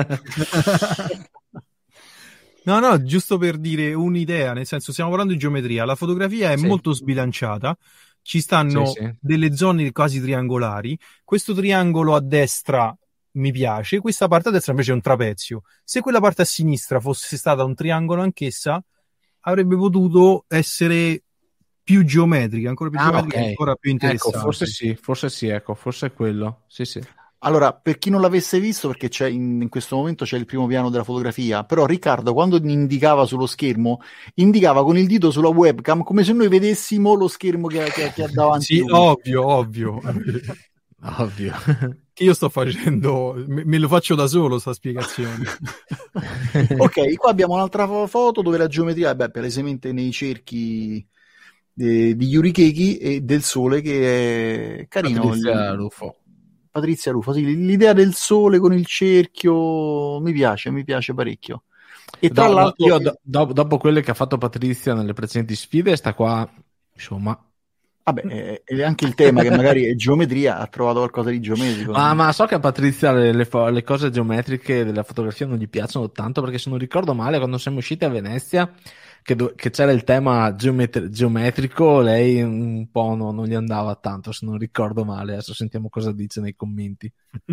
No, no, giusto per dire un'idea, nel senso stiamo parlando di geometria, la fotografia è Sì. molto sbilanciata, ci stanno Sì, sì. delle zone quasi triangolari, questo triangolo a destra mi piace, questa parte a destra invece è un trapezio. Se quella parte a sinistra fosse stata un triangolo anch'essa, avrebbe potuto essere più geometrica, ancora più Ah, geometrica, ok. ancora più Ecco, interessante. forse sì, forse sì, ecco, forse è quello. Sì, sì. Allora, per chi non l'avesse visto, perché c'è in, in questo momento c'è il primo piano della fotografia, però Riccardo quando indicava sullo schermo, indicava con il dito sulla webcam come se noi vedessimo lo schermo che, che, che ha davanti. Sì, lui. ovvio, ovvio. Ovvio. Che io sto facendo, me, me lo faccio da solo sta spiegazione. Ok, qua abbiamo un'altra fo- foto dove la geometria, beh, palesemente nei cerchi de- di Yuri Keiki e del sole che è carino. Patrizia Il- Ruffo. Patrizia Ruffo, sì, l'idea del sole con il cerchio mi piace, mi piace parecchio. E tra Do- do- l'altro io do- do- dopo quelle che ha fatto Patrizia nelle precedenti sfide, sta qua, insomma. vabbè, eh, e anche il tema che magari è geometria, ha trovato qualcosa di geometrico. Ma, ma so che a Patrizia le, le fo- le cose geometriche della fotografia non gli piacciono tanto, perché se non ricordo male, quando siamo usciti a Venezia, che, do- che c'era il tema geomet- geometrico, lei un po' no- non gli andava tanto, se non ricordo male. Adesso sentiamo cosa dice nei commenti.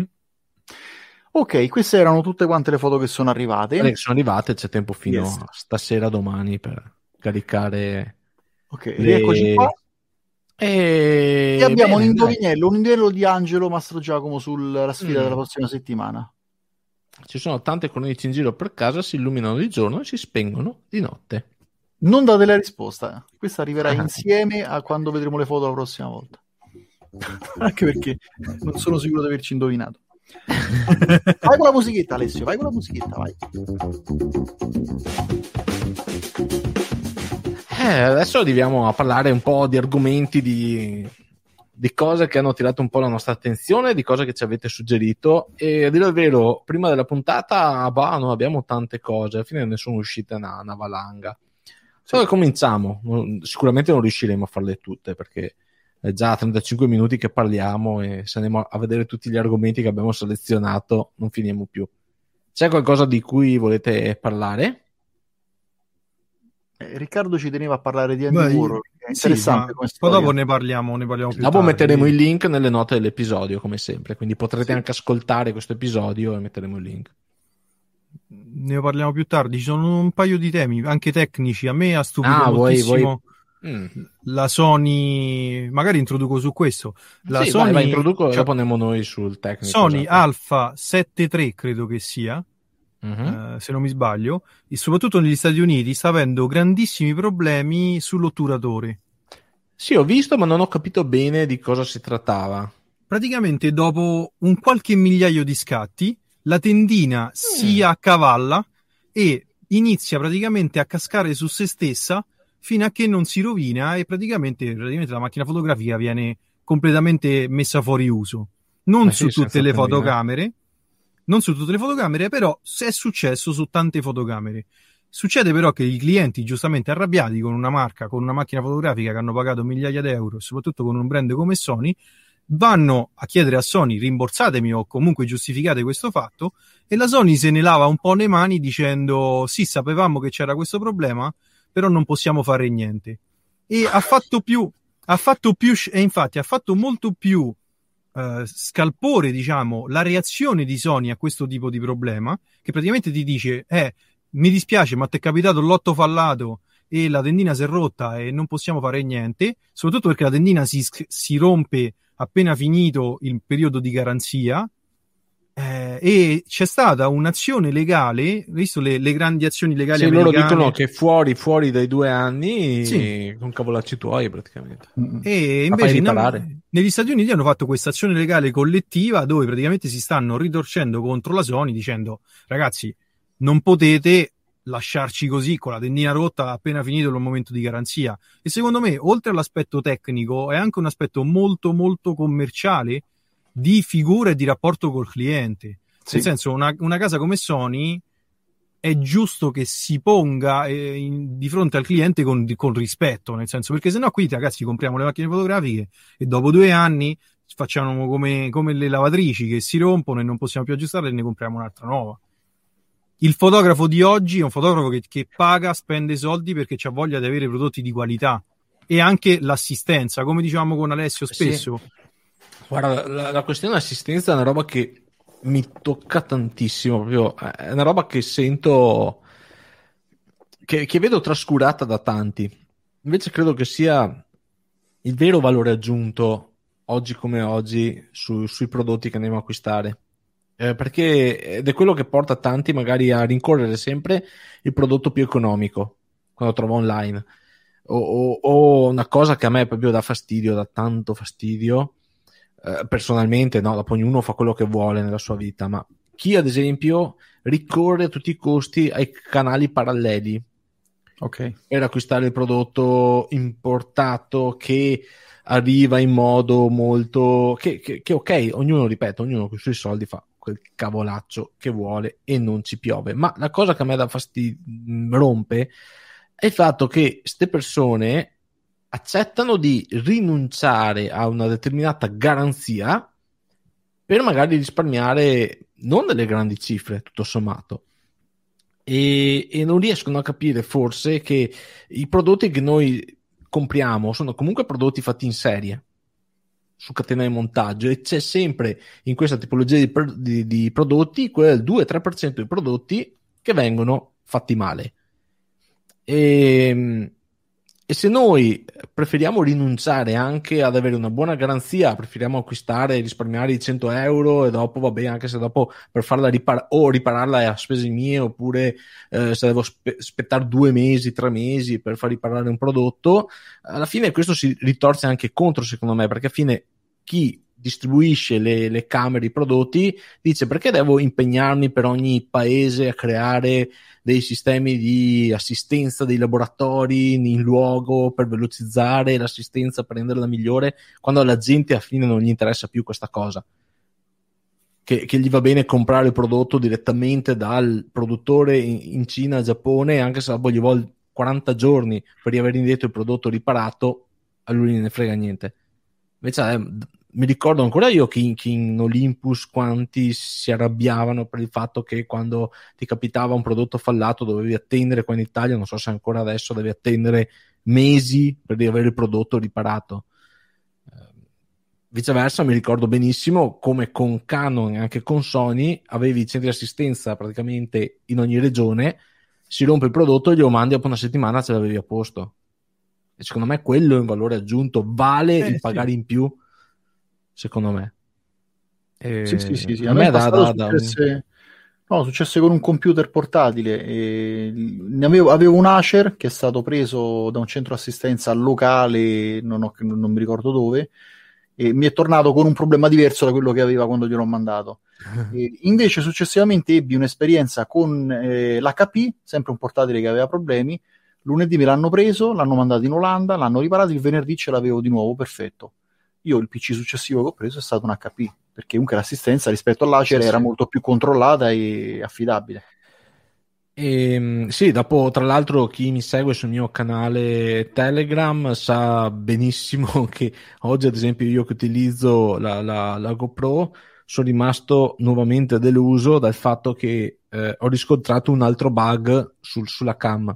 Ok, queste erano tutte quante le foto che sono arrivate. Quelle che sono arrivate, c'è tempo fino Yes. a stasera, domani, per caricare Ok, le... rieccoci qua. E, E abbiamo bene, un dai. indovinello, un indovinello di Angelo Mastro Giacomo sulla sfida Mm. della prossima settimana. Ci sono tante cornici in giro per casa, si illuminano di giorno e si spengono di notte. Non date la risposta, questa arriverà insieme a quando vedremo le foto la prossima volta. Anche perché non sono sicuro di averci indovinato. Vai con la musichetta, Alessio, vai con la musichetta, vai. Eh, adesso arriviamo a parlare un po' di argomenti, di, di cose che hanno tirato un po' la nostra attenzione, di cose che ci avete suggerito. E a dire il vero, prima della puntata, bah, non abbiamo tante cose, alla fine ne sono uscite una, una valanga. Solo che cominciamo, Non- sicuramente non riusciremo a farle tutte, perché è già trentacinque minuti che parliamo e se andiamo a vedere tutti gli argomenti che abbiamo selezionato non finiamo più. C'è qualcosa di cui volete parlare? Eh, Riccardo ci teneva a parlare di Andy Beh, Warhol, che è sì, interessante ma come poi storia. dopo ne parliamo, ne parliamo più Dopo tardi. metteremo il link nelle note dell'episodio, come sempre, quindi potrete Sì. anche ascoltare questo episodio e metteremo il link. Ne parliamo più tardi. Ci sono un paio di temi, anche tecnici. A me ha stupito Ah, vuoi- moltissimo Mm. la Sony. Magari introduco su questo. La Sì, Sony, vai, vai, introduco e cioè, dopo andiamo noi sul tecnico. Sony esatto. Alpha sette tre credo che sia, Mhm. eh, se non mi sbaglio, e soprattutto negli Stati Uniti sta avendo grandissimi problemi sull'otturatore. Sì, ho visto, ma non ho capito bene di cosa si trattava. Praticamente dopo un qualche migliaio di scatti la tendina si Mm. accavalla e inizia praticamente a cascare su se stessa fino a che non si rovina e praticamente, praticamente la macchina fotografica viene completamente messa fuori uso. Non Ma su sì, tutte senza le tendina. fotocamere, non su tutte le fotocamere, però è successo su tante fotocamere. Succede però che i clienti, giustamente arrabbiati con una marca, con una macchina fotografica che hanno pagato migliaia di euro, e soprattutto con un brand come Sony, vanno a chiedere a Sony rimborsatemi o comunque giustificate questo fatto, e la Sony se ne lava un po' le mani dicendo sì, sapevamo che c'era questo problema, però non possiamo fare niente. E ha fatto più, ha fatto più, e infatti ha fatto molto più eh, scalpore, diciamo, la reazione di Sony a questo tipo di problema, che praticamente ti dice eh, mi dispiace, ma ti è capitato il lotto fallato e la tendina si è rotta e non possiamo fare niente, soprattutto perché la tendina si, si rompe appena finito il periodo di garanzia, Eh, e c'è stata un'azione legale, visto le, le grandi azioni legali sì, americane. Loro dicono che fuori, fuori dai due anni sì. con cavolacci tuoi praticamente. E invece in, negli Stati Uniti hanno fatto questa azione legale collettiva dove praticamente si stanno ritorcendo contro la Sony dicendo ragazzi non potete lasciarci così con la tendina rotta appena finito il momento di garanzia. E secondo me oltre all'aspetto tecnico è anche un aspetto molto molto commerciale di figura e di rapporto col cliente. Sì. Nel senso, una, una casa come Sony è giusto che si ponga eh, in, di fronte al cliente con, con rispetto, nel senso, perché sennò qui ragazzi compriamo le macchine fotografiche e dopo due anni facciamo come, come le lavatrici che si rompono e non possiamo più aggiustarle e ne compriamo un'altra nuova. Il fotografo di oggi è un fotografo che, che paga, spende soldi perché c'ha voglia di avere prodotti di qualità e anche l'assistenza, come dicevamo con Alessio spesso. Sì. Guarda, la, la questione dell'assistenza è una roba che mi tocca tantissimo, proprio è una roba che sento che, che vedo trascurata da tanti. Invece credo che sia il vero valore aggiunto oggi come oggi su, sui prodotti che andiamo a acquistare, eh, perché ed è quello che porta tanti magari a rincorrere sempre il prodotto più economico quando trova online o, o, o una cosa che a me proprio dà fastidio, dà tanto fastidio. Uh, personalmente no, dopo ognuno fa quello che vuole nella sua vita, ma chi ad esempio ricorre a tutti i costi ai canali paralleli okay. per acquistare il prodotto importato che arriva in modo molto che, che, che ok, ognuno ripeto, ognuno con i suoi soldi fa quel cavolaccio che vuole e non ci piove, ma la cosa che a me dà fastidio, rompe, è il fatto che ste persone accettano di rinunciare a una determinata garanzia per magari risparmiare non delle grandi cifre, tutto sommato, e, e non riescono a capire forse che i prodotti che noi compriamo sono comunque prodotti fatti in serie su catena di montaggio e c'è sempre in questa tipologia di, di, di prodotti quel due tre per cento di prodotti che vengono fatti male. E E se noi preferiamo rinunciare anche ad avere una buona garanzia, preferiamo acquistare e risparmiare i cento euro e dopo va bene, anche se dopo per farla riparare o ripararla è a spese mie, oppure eh, se devo spe- aspettare due mesi, tre mesi per far riparare un prodotto, alla fine questo si ritorce anche contro, secondo me, perché alla fine chi distribuisce le, le camere, i prodotti, dice perché devo impegnarmi per ogni paese a creare dei sistemi di assistenza dei laboratori in luogo per velocizzare l'assistenza, per renderla migliore, quando alla gente alla fine non gli interessa più questa cosa, che, che gli va bene comprare il prodotto direttamente dal produttore in, in Cina, Giappone, anche se gli vuole quaranta giorni per riavere indietro il prodotto riparato, a lui non ne frega niente. Invece eh, mi ricordo ancora io che in, che in Olympus quanti si arrabbiavano per il fatto che quando ti capitava un prodotto fallato dovevi attendere, qua in Italia non so se ancora adesso devi attendere mesi per avere il prodotto riparato. Eh, viceversa mi ricordo benissimo come con Canon e anche con Sony avevi i centri di assistenza praticamente in ogni regione, si rompe il prodotto e glielo mandi dopo una settimana, ce l'avevi a posto. E secondo me quello è un valore aggiunto, vale eh, il pagare sì. in più, secondo me. E sì, sì, sì, sì. A, a me, me da, da, successe... da... no, successe con un computer portatile. E... ne avevo, avevo un Acer che è stato preso da un centro assistenza locale, non, ho, non mi ricordo dove, e mi è tornato con un problema diverso da quello che aveva quando gliel'ho mandato. E invece successivamente ebbi un'esperienza con eh, l'H P, sempre un portatile che aveva problemi. Lunedì me l'hanno preso, l'hanno mandato in Olanda, l'hanno riparato, il venerdì ce l'avevo di nuovo, perfetto. Io il P C successivo che ho preso è stato un H P, perché comunque l'assistenza rispetto all'Acer sì, era sì. molto più controllata e affidabile. E, sì, dopo tra l'altro chi mi segue sul mio canale Telegram sa benissimo che oggi ad esempio io che utilizzo la, la, la GoPro sono rimasto nuovamente deluso dal fatto che eh, ho riscontrato un altro bug sul, sulla cam.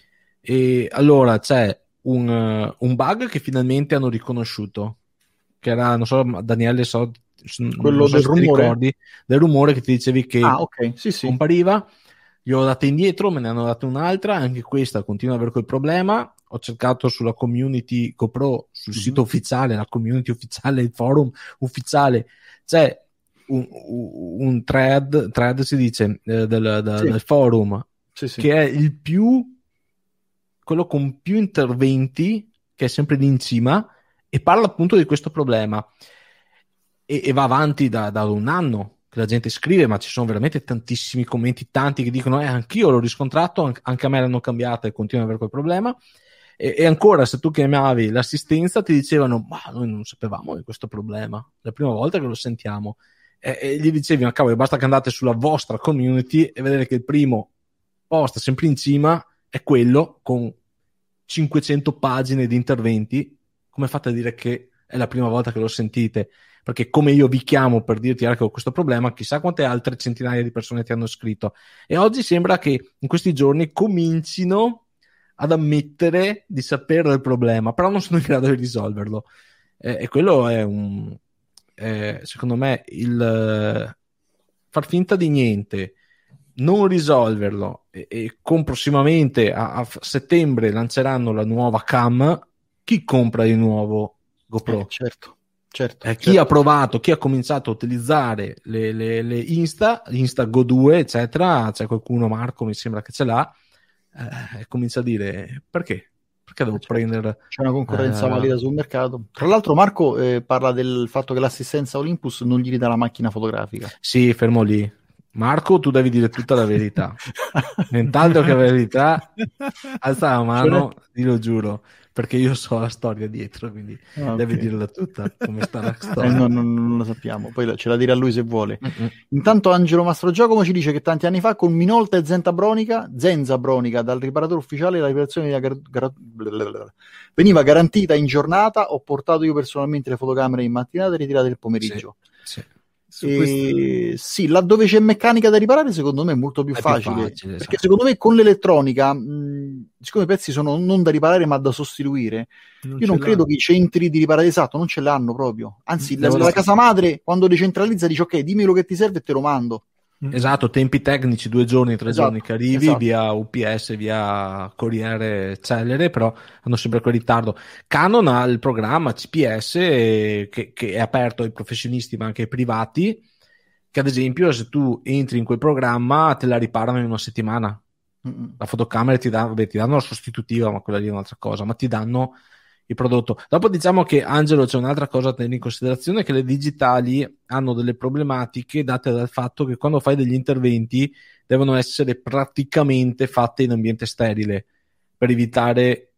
E allora c'è un, uh, un bug che finalmente hanno riconosciuto, che era, non so, Daniele, so, quello non so del rumore, ricordi, del rumore che ti dicevi che ah, okay. sì, sì. compariva. Gli ho dato indietro, me ne hanno dato un'altra, anche questa continua ad avere quel problema. Ho cercato sulla community GoPro, sul mm-hmm. sito ufficiale, la community ufficiale, il forum ufficiale, c'è un, un thread, thread si dice, eh, del, del, Sì. del forum, Sì, sì. che è il più, quello con più interventi, che è sempre lì in cima, e parla appunto di questo problema. E, e va avanti da, da un anno che la gente scrive, ma ci sono veramente tantissimi commenti, tanti che dicono eh, anch'io l'ho riscontrato, an- anche a me l'hanno cambiata e continuo ad avere quel problema. E, e ancora, se tu chiamavi l'assistenza ti dicevano ma noi non sapevamo di questo problema, è la prima volta che lo sentiamo. E, e gli dicevi ma cavolo, basta che andate sulla vostra community e vedere che il primo post sempre in cima è quello con cinquecento pagine di interventi. Come fate a dire che è la prima volta che lo sentite? Perché come io vi chiamo per dirti che ho questo problema, chissà quante altre centinaia di persone ti hanno scritto. E oggi sembra che in questi giorni comincino ad ammettere di sapere del problema, però non sono in grado di risolverlo. Eh, e quello è un, eh, secondo me, il eh, far finta di niente, non risolverlo, e, e con prossimamente a, a settembre lanceranno la nuova cam. Chi compra di nuovo GoPro? Eh, certo, certo, Eh, chi certo. ha provato, chi ha cominciato a utilizzare le, le, le Insta, Insta Go due, eccetera, c'è qualcuno, Marco mi sembra che ce l'ha, eh, comincia a dire perché? Perché devo Certo. prendere... C'è una concorrenza eh, valida sul mercato. Tra l'altro Marco eh, parla del fatto che l'assistenza Olympus non gli ridà la macchina fotografica. Sì, fermo lì. Marco, tu devi dire tutta la verità. Nient'altro che la verità. Alza la mano, lo giuro, perché io so la storia dietro, quindi Ah, devi ok. dirla tutta, come sta la Eh, storia. no, no, non lo sappiamo, poi ce la dirà lui se vuole. Mm-mm. Intanto Angelo Mastrogiacomo ci dice che tanti anni fa con Minolta e Zenza Bronica, Zenza Bronica dal riparatore ufficiale la riparazione veniva, gar- gar- blablabla. veniva garantita in giornata. Ho portato io personalmente le fotocamere in mattinata e ritirate il pomeriggio. Sì. Su E questo- sì, laddove c'è meccanica da riparare secondo me è molto più È più facile, facile, perché esatto. secondo me con l'elettronica mh, siccome i pezzi sono non da riparare ma da sostituire, non io non ce credo l'ha. che i centri di riparare esatto non ce l'hanno proprio, anzi la, Devo la dire- casa madre quando decentralizza dice ok dimmi quello che ti serve e te lo mando. Esatto, tempi tecnici, due giorni, tre Esatto, giorni che arrivi, esatto. via U P S, via corriere celere, però hanno sempre quel ritardo. Canon ha il programma C P S eh, che, che è aperto ai professionisti ma anche ai privati, che ad esempio se tu entri in quel programma te la riparano in una settimana. Mm-mm. La fotocamera ti, dà, vabbè, ti danno la sostitutiva, ma quella lì è un'altra cosa, ma ti danno il prodotto. Dopo diciamo che, Angelo, c'è un'altra cosa da tenere in considerazione, che le digitali hanno delle problematiche date dal fatto che quando fai degli interventi devono essere praticamente fatte in ambiente sterile per evitare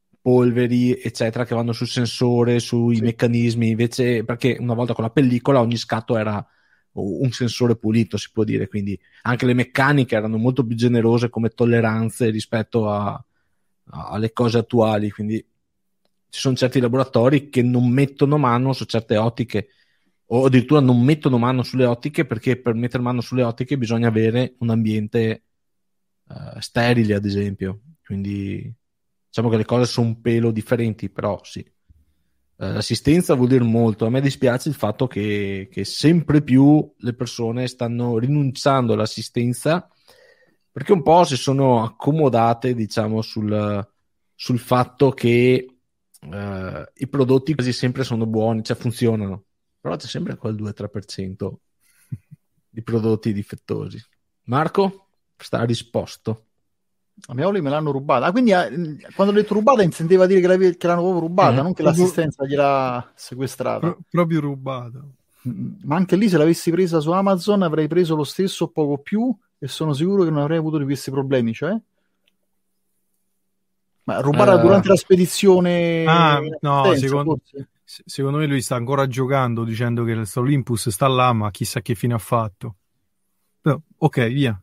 polveri eccetera che vanno sul sensore, sui Sì. meccanismi, invece perché una volta con la pellicola ogni scatto era un sensore pulito, si può dire, quindi anche le meccaniche erano molto più generose come tolleranze rispetto a, a- alle cose attuali, quindi ci sono certi laboratori che non mettono mano su certe ottiche o addirittura non mettono mano sulle ottiche, perché per mettere mano sulle ottiche bisogna avere un ambiente eh, sterile, ad esempio, quindi diciamo che le cose sono un pelo differenti, però sì. Eh, L'assistenza vuol dire molto. A me dispiace il fatto che, che sempre più le persone stanno rinunciando all'assistenza perché un po' si sono accomodate, diciamo, sul, sul fatto che eh, i prodotti quasi sempre sono buoni, cioè funzionano, però c'è sempre quel due tre per cento di prodotti difettosi. Marco, sta risposto. A mia Oli me l'hanno rubata. Ah, quindi eh, quando ho detto rubata intendeva dire che, l'avevi- che l'hanno proprio rubata, Mm. non che Proprio- l'assistenza gliel'ha sequestrata. Pro- proprio rubata. Mm, Ma anche lì se l'avessi presa su Amazon avrei preso lo stesso o poco più e sono sicuro che non avrei avuto di questi problemi, cioè? Ma rubata Eh. durante la spedizione Ah, in no, assistenza, secondo- forse? Se- Secondo me lui sta ancora giocando dicendo che il Olympus sta là, ma chissà che fine ha fatto. Però, ok, via.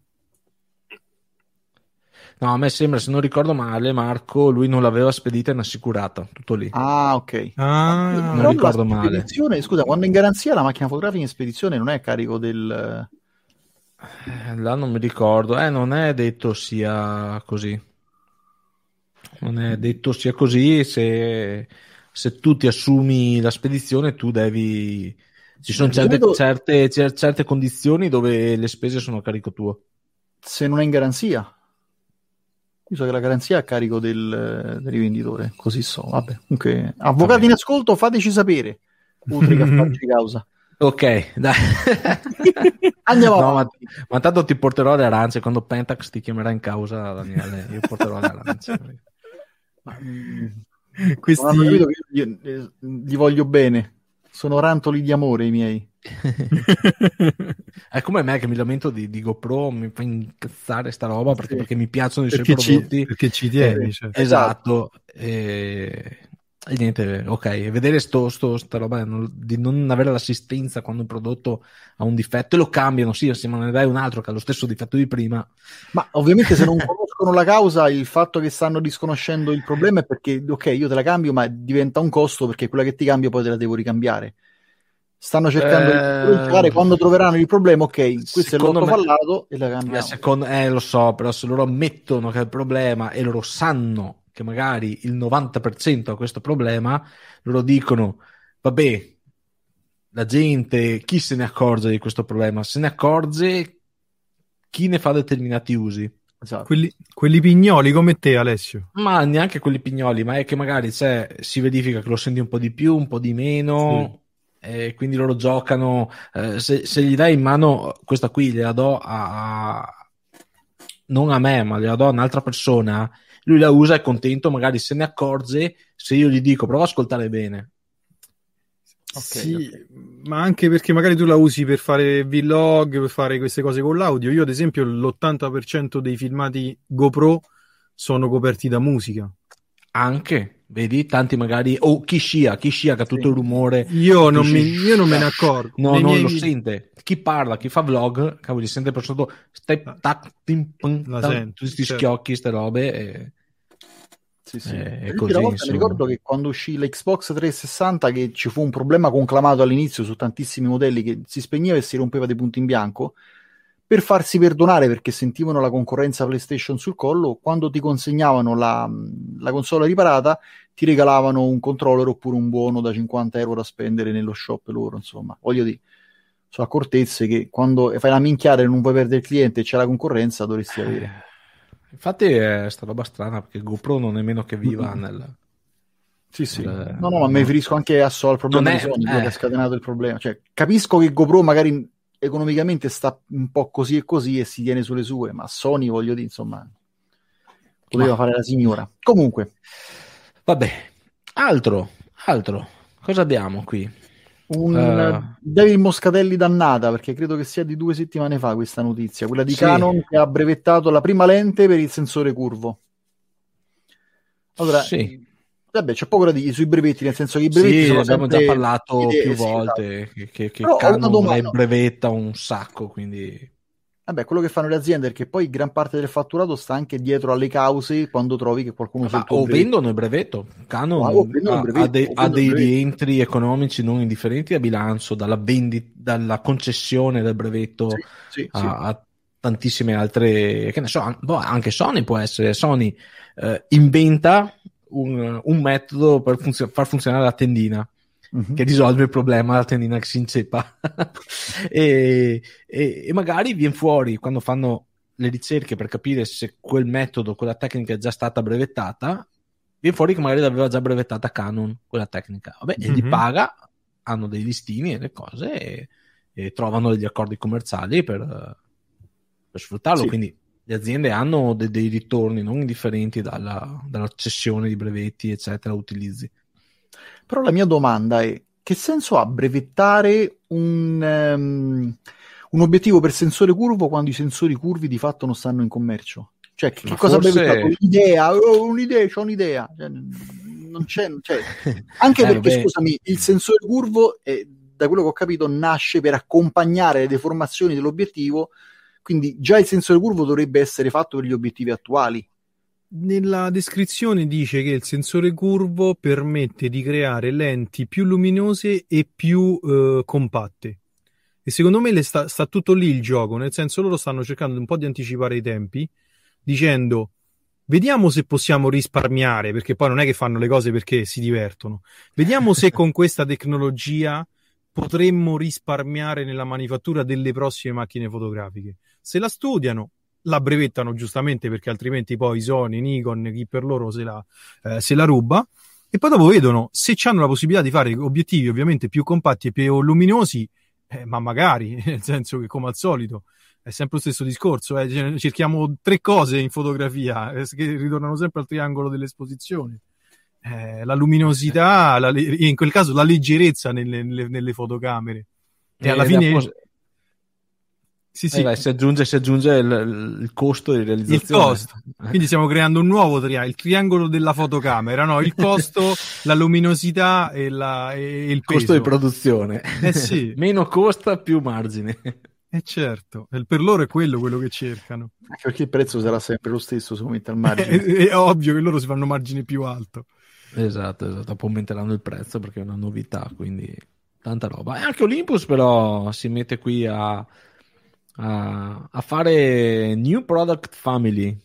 No, a me sembra, se non ricordo male, Marco, lui non l'aveva spedita in assicurata, tutto lì. Ah, ok. Ah, Però non la ricordo male. spedizione, scusa, quando è in garanzia la macchina fotografica in spedizione non è a carico del... Eh, là non mi ricordo, eh, non è detto sia così. Non è detto sia così, se, se tu ti assumi la spedizione, tu devi... Ci sono Di certe, solito- certe, cer- certe condizioni dove le spese sono a carico tuo. se non è in garanzia. Io so che la garanzia è a carico del, del rivenditore, così so. Vabbè, comunque, avvocati in ascolto, fateci sapere, oltre che a farci causa. Ok, dai. Andiamo no, ma, avanti. ma tanto ti porterò le arance quando Pentax ti chiamerà in causa, Daniele. Io porterò le arance. Ma, mm, Questi... non hanno capito che io gli, eh, gli voglio bene. Sono rantoli di amore i miei. È come me che mi lamento di, di GoPro, mi fa incazzare sta roba perché, Sì. perché mi piacciono i perché, suoi ci, prodotti. perché ci tieni. Eh, Cioè. Esatto. E... e niente, ok. Vedere sto, sto, sta roba non- di non avere l'assistenza quando un prodotto ha un difetto e lo cambiano, sì, se me ne dai un altro che ha lo stesso difetto di prima. Ma ovviamente se non conoscono la causa, il fatto che stanno disconoscendo il problema è perché, ok, io te la cambio, ma diventa un costo perché quella che ti cambio poi te la devo ricambiare. Stanno cercando Eh, di differenziare, quando troveranno il problema, ok, questo è secondo l'otto me- fallato e la Eh, cambiamo. secondo, eh, lo so, però se loro ammettono che è il problema e loro sanno che magari il novanta per cento ha questo problema, loro dicono, vabbè, la gente, chi se ne accorge di questo problema? Se ne accorge chi ne fa determinati usi. Esatto. Quelli, quelli pignoli come te, Alessio. Ma neanche quelli pignoli, ma è che magari c'è, si verifica che lo senti un po' di più, un po' di meno, e quindi loro giocano. Eh, se, se gli dai in mano questa qui, gliela do a, a- non a me, ma gliela do a un'altra persona, lui la usa, è contento, magari se ne accorge se io gli dico prova ad ascoltare bene. Ok, sì, ok. ma anche perché magari tu la usi per fare vlog, per fare queste cose con l'audio. Io, ad esempio, l'ottanta per cento dei filmati GoPro sono coperti da musica. Anche, vedi, tanti magari, o chi scia, chi scia che ha tutto il rumore. Io non, Tu mi, sci- io non me ne accorgo. No, Nei non miei lo video- sente. Chi parla, chi fa vlog, cavoli, sente per sotto step, tac, tim, pum, La tam, sento, tutti questi certo. schiocchi, ste robe. E... Sì, sì. Eh, L'ultima così, volta insomma. mi ricordo che quando uscì l'Xbox trecentosessanta che ci fu un problema conclamato all'inizio su tantissimi modelli che si spegneva e si rompeva dei punti in bianco. Per farsi perdonare perché sentivano la concorrenza PlayStation sul collo, quando ti consegnavano la, la console riparata ti regalavano un controller oppure un buono da cinquanta euro da spendere nello shop loro, insomma. Voglio dire, sono accortezze che quando fai la minchiata e non vuoi perdere il cliente e c'è la concorrenza dovresti avere. Infatti è sta roba strana perché GoPro non è meno che viva Mm. nel... Sì, sì. nel- No, no, ma mi riferisco anche a so, al problema Non è- di Sony, quello eh. che ha scatenato il problema. Cioè, capisco che GoPro magari economicamente sta un po' così e così e si tiene sulle sue, ma Sony, voglio dire, insomma, poteva Ma- fare la signora. Comunque, Vabbè, altro, altro. Cosa abbiamo qui? un Eh. David Moscatelli dannata, perché credo che sia di due settimane fa questa notizia, quella di Sì. Canon che ha brevettato la prima lente per il sensore curvo. Allora, Sì. vabbè, c'è poco da dire sui brevetti, nel senso che i brevetti Sì, sono abbiamo sempre già parlato idee, più sì, volte esatto. che, che, che Però ho una Canon domanda. brevetta un sacco, quindi... Vabbè, quello che fanno le aziende è che poi gran parte del fatturato sta anche dietro alle cause quando trovi che qualcuno usa Ma il tuo o brevetto. vendono il brevetto. Canon Ah, o vendono il ha, brevetto, ha dei, o ha vendono dei il brevetto. rientri economici non indifferenti a bilancio, dalla, vendi- dalla concessione del brevetto Sì, sì, a, sì. a tantissime altre, che ne so, an- boh, anche Sony può essere. Sony eh, inventa un, un metodo per funzio- far funzionare la tendina Mhm. che risolve il problema della tendina che si inceppa e, e, e magari viene fuori quando fanno le ricerche per capire se quel metodo, quella tecnica è già stata brevettata, viene fuori che magari l'aveva già brevettata Canon quella tecnica. Vabbè, e li Mhm. paga, hanno dei listini e le cose e, e trovano degli accordi commerciali per, per sfruttarlo. Sì. Quindi le aziende hanno de- dei ritorni non indifferenti dalla, dalla cessione di brevetti, eccetera, utilizzi. Però la mia domanda è: che senso ha brevettare un, ehm, un obiettivo per sensore curvo quando i sensori curvi di fatto non stanno in commercio? Cioè, che, Ma che cosa ha forse- brevettato? Un'idea, oh, un'idea, c'ho un'idea. Cioè, non c'è, non c'è. Anche Eh, perché, vabbè. scusami, il sensore curvo, eh, da quello che ho capito, nasce per accompagnare le deformazioni dell'obiettivo, quindi già il sensore curvo dovrebbe essere fatto per gli obiettivi attuali. Nella descrizione dice che il sensore curvo permette di creare lenti più luminose e più eh, compatte. E secondo me le sta, sta tutto lì il gioco, nel senso loro stanno cercando un po' di anticipare i tempi, dicendo vediamo se possiamo risparmiare, perché poi non è che fanno le cose perché si divertono. Vediamo se con questa tecnologia potremmo risparmiare nella manifattura delle prossime macchine fotografiche. Se la studiano, la brevettano giustamente perché altrimenti poi Sony, Nikon, chi per loro se la, eh, se la ruba, e poi dopo vedono se hanno la possibilità di fare obiettivi ovviamente più compatti e più luminosi, Eh, ma magari, nel senso che come al solito è sempre lo stesso discorso, eh. Cerchiamo tre cose in fotografia eh, che ritornano sempre al triangolo dell'esposizione. Eh, la luminosità, la, in quel caso la leggerezza nelle, nelle, nelle fotocamere. E eh, alla fine... Pos- sì, sì. Eh beh, si aggiunge, si aggiunge il, il costo di realizzazione. Il costo. Quindi stiamo creando un nuovo triangolo, il triangolo della fotocamera, no? Il costo, la luminosità e, la, e il peso. Costo di produzione. Eh sì. Meno costa, più margine. Eh certo, per loro è quello quello che cercano. Anche perché il prezzo sarà sempre lo stesso se aumenta il margine. è, è ovvio che loro si fanno margine più alto. Esatto, esatto. Dopo aumenteranno il prezzo perché è una novità, quindi tanta roba. E anche Olympus però si mette qui a... A, a fare New Product Family,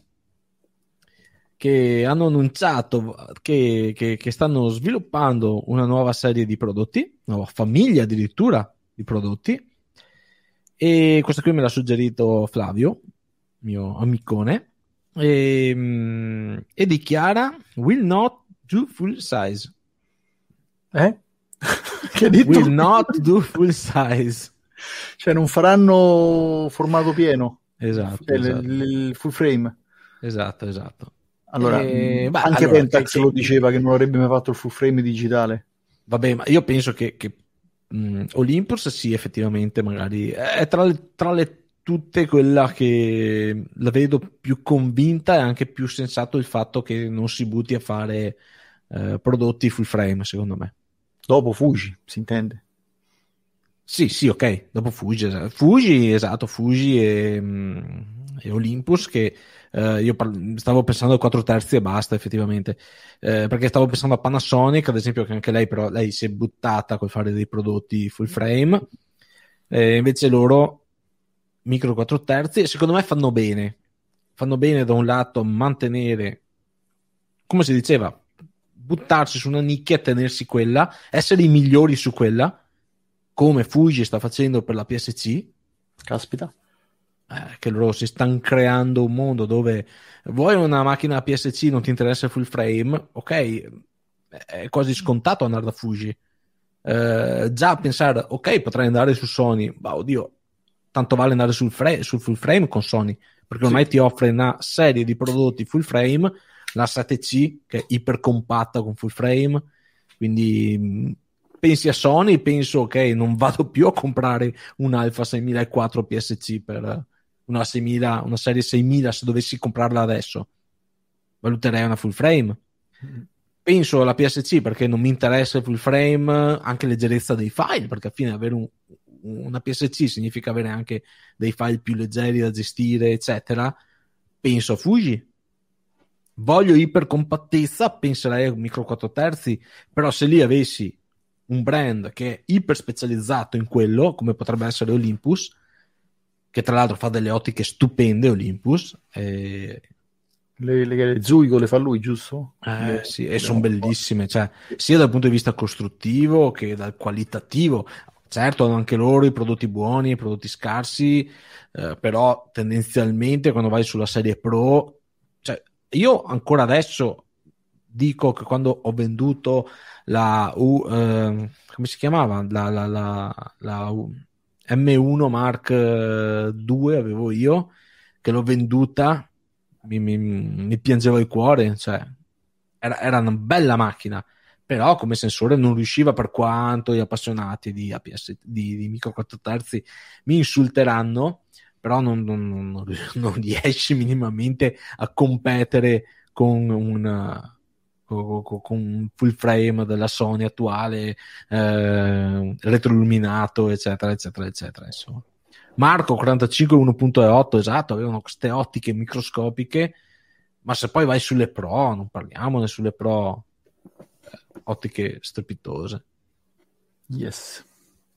che hanno annunciato che, che, che stanno sviluppando una nuova serie di prodotti, nuova famiglia addirittura di prodotti, e questo qui me l'ha suggerito Flavio, mio amicone, e, e dichiara will not do full size. Eh? Che detto? Will not do full size. Cioè non faranno formato pieno, Esatto, cioè, esatto. Il, il full frame. Esatto, esatto. Allora, Eh, beh, anche allora, Pentax che, lo diceva che non avrebbe mai fatto il full frame digitale. Vabbè, ma io penso che, che mh, Olympus sì, effettivamente magari è tra le, tra le tutte quella che la vedo più convinta e anche più sensato il fatto che non si butti a fare eh, prodotti full frame, secondo me. Dopo Fuji, si intende? Sì, sì, ok, dopo Fuji, esatto. Fuji, esatto, Fuji e, mh, e Olympus che eh, io par- stavo pensando a quattro terzi e basta effettivamente, eh, perché stavo pensando a Panasonic, ad esempio, che anche lei però lei si è buttata col fare dei prodotti full frame, eh, invece loro micro quattro terzi e secondo me fanno bene, fanno bene da un lato mantenere, come si diceva, buttarsi su una nicchia e tenersi quella, essere i migliori su quella, come Fuji sta facendo per la P S C. Caspita. Eh, che loro si stanno creando un mondo dove vuoi una macchina P S C, non ti interessa il full frame, ok, è quasi scontato andare da Fuji. Eh, già pensare, ok, potrei andare su Sony, ma oddio, tanto vale andare sul, fra- sul full frame con Sony, perché ormai sì, ti offre una serie di prodotti full frame, la sette C che è iper compatta con full frame, quindi pensi a Sony, penso ok, non vado più a comprare un Alpha seimilaquattro P S C per una seimila, una serie seimila, se dovessi comprarla adesso valuterei una full frame. Mm. Penso alla P S C perché non mi interessa il full frame, anche leggerezza dei file, perché alla fine avere un, una P S C significa avere anche dei file più leggeri da gestire, eccetera. Penso a Fuji. Voglio ipercompattezza, penserei a un micro quattro terzi, però se lì avessi un brand che è iper specializzato in quello, come potrebbe essere Olympus, che tra l'altro fa delle ottiche stupende, Olympus, e... le, le, le Zuigo le fa lui, giusto? Eh, le, sì, e sono bellissime, cioè, sia dal punto di vista costruttivo che dal qualitativo. Certo, hanno anche loro i prodotti buoni, i prodotti scarsi, eh, però tendenzialmente quando vai sulla serie Pro, cioè, io ancora adesso dico che quando ho venduto la U, eh, come si chiamava? La, la, la, la U, M uno Mark due avevo io, che l'ho venduta, mi, mi, mi piangevo il cuore, cioè era, era una bella macchina, però come sensore non riusciva, per quanto gli appassionati di A P S, di, di micro quattro terzi mi insulteranno, però non, non, non, non riesci minimamente a competere con un con, con un full frame della Sony attuale, eh, retroilluminato, eccetera eccetera eccetera. Insomma, Marco quarantacinque uno punto otto, esatto, avevano queste ottiche microscopiche, ma se poi vai sulle Pro, non parliamone, sulle Pro, eh, ottiche strepitose. Yes.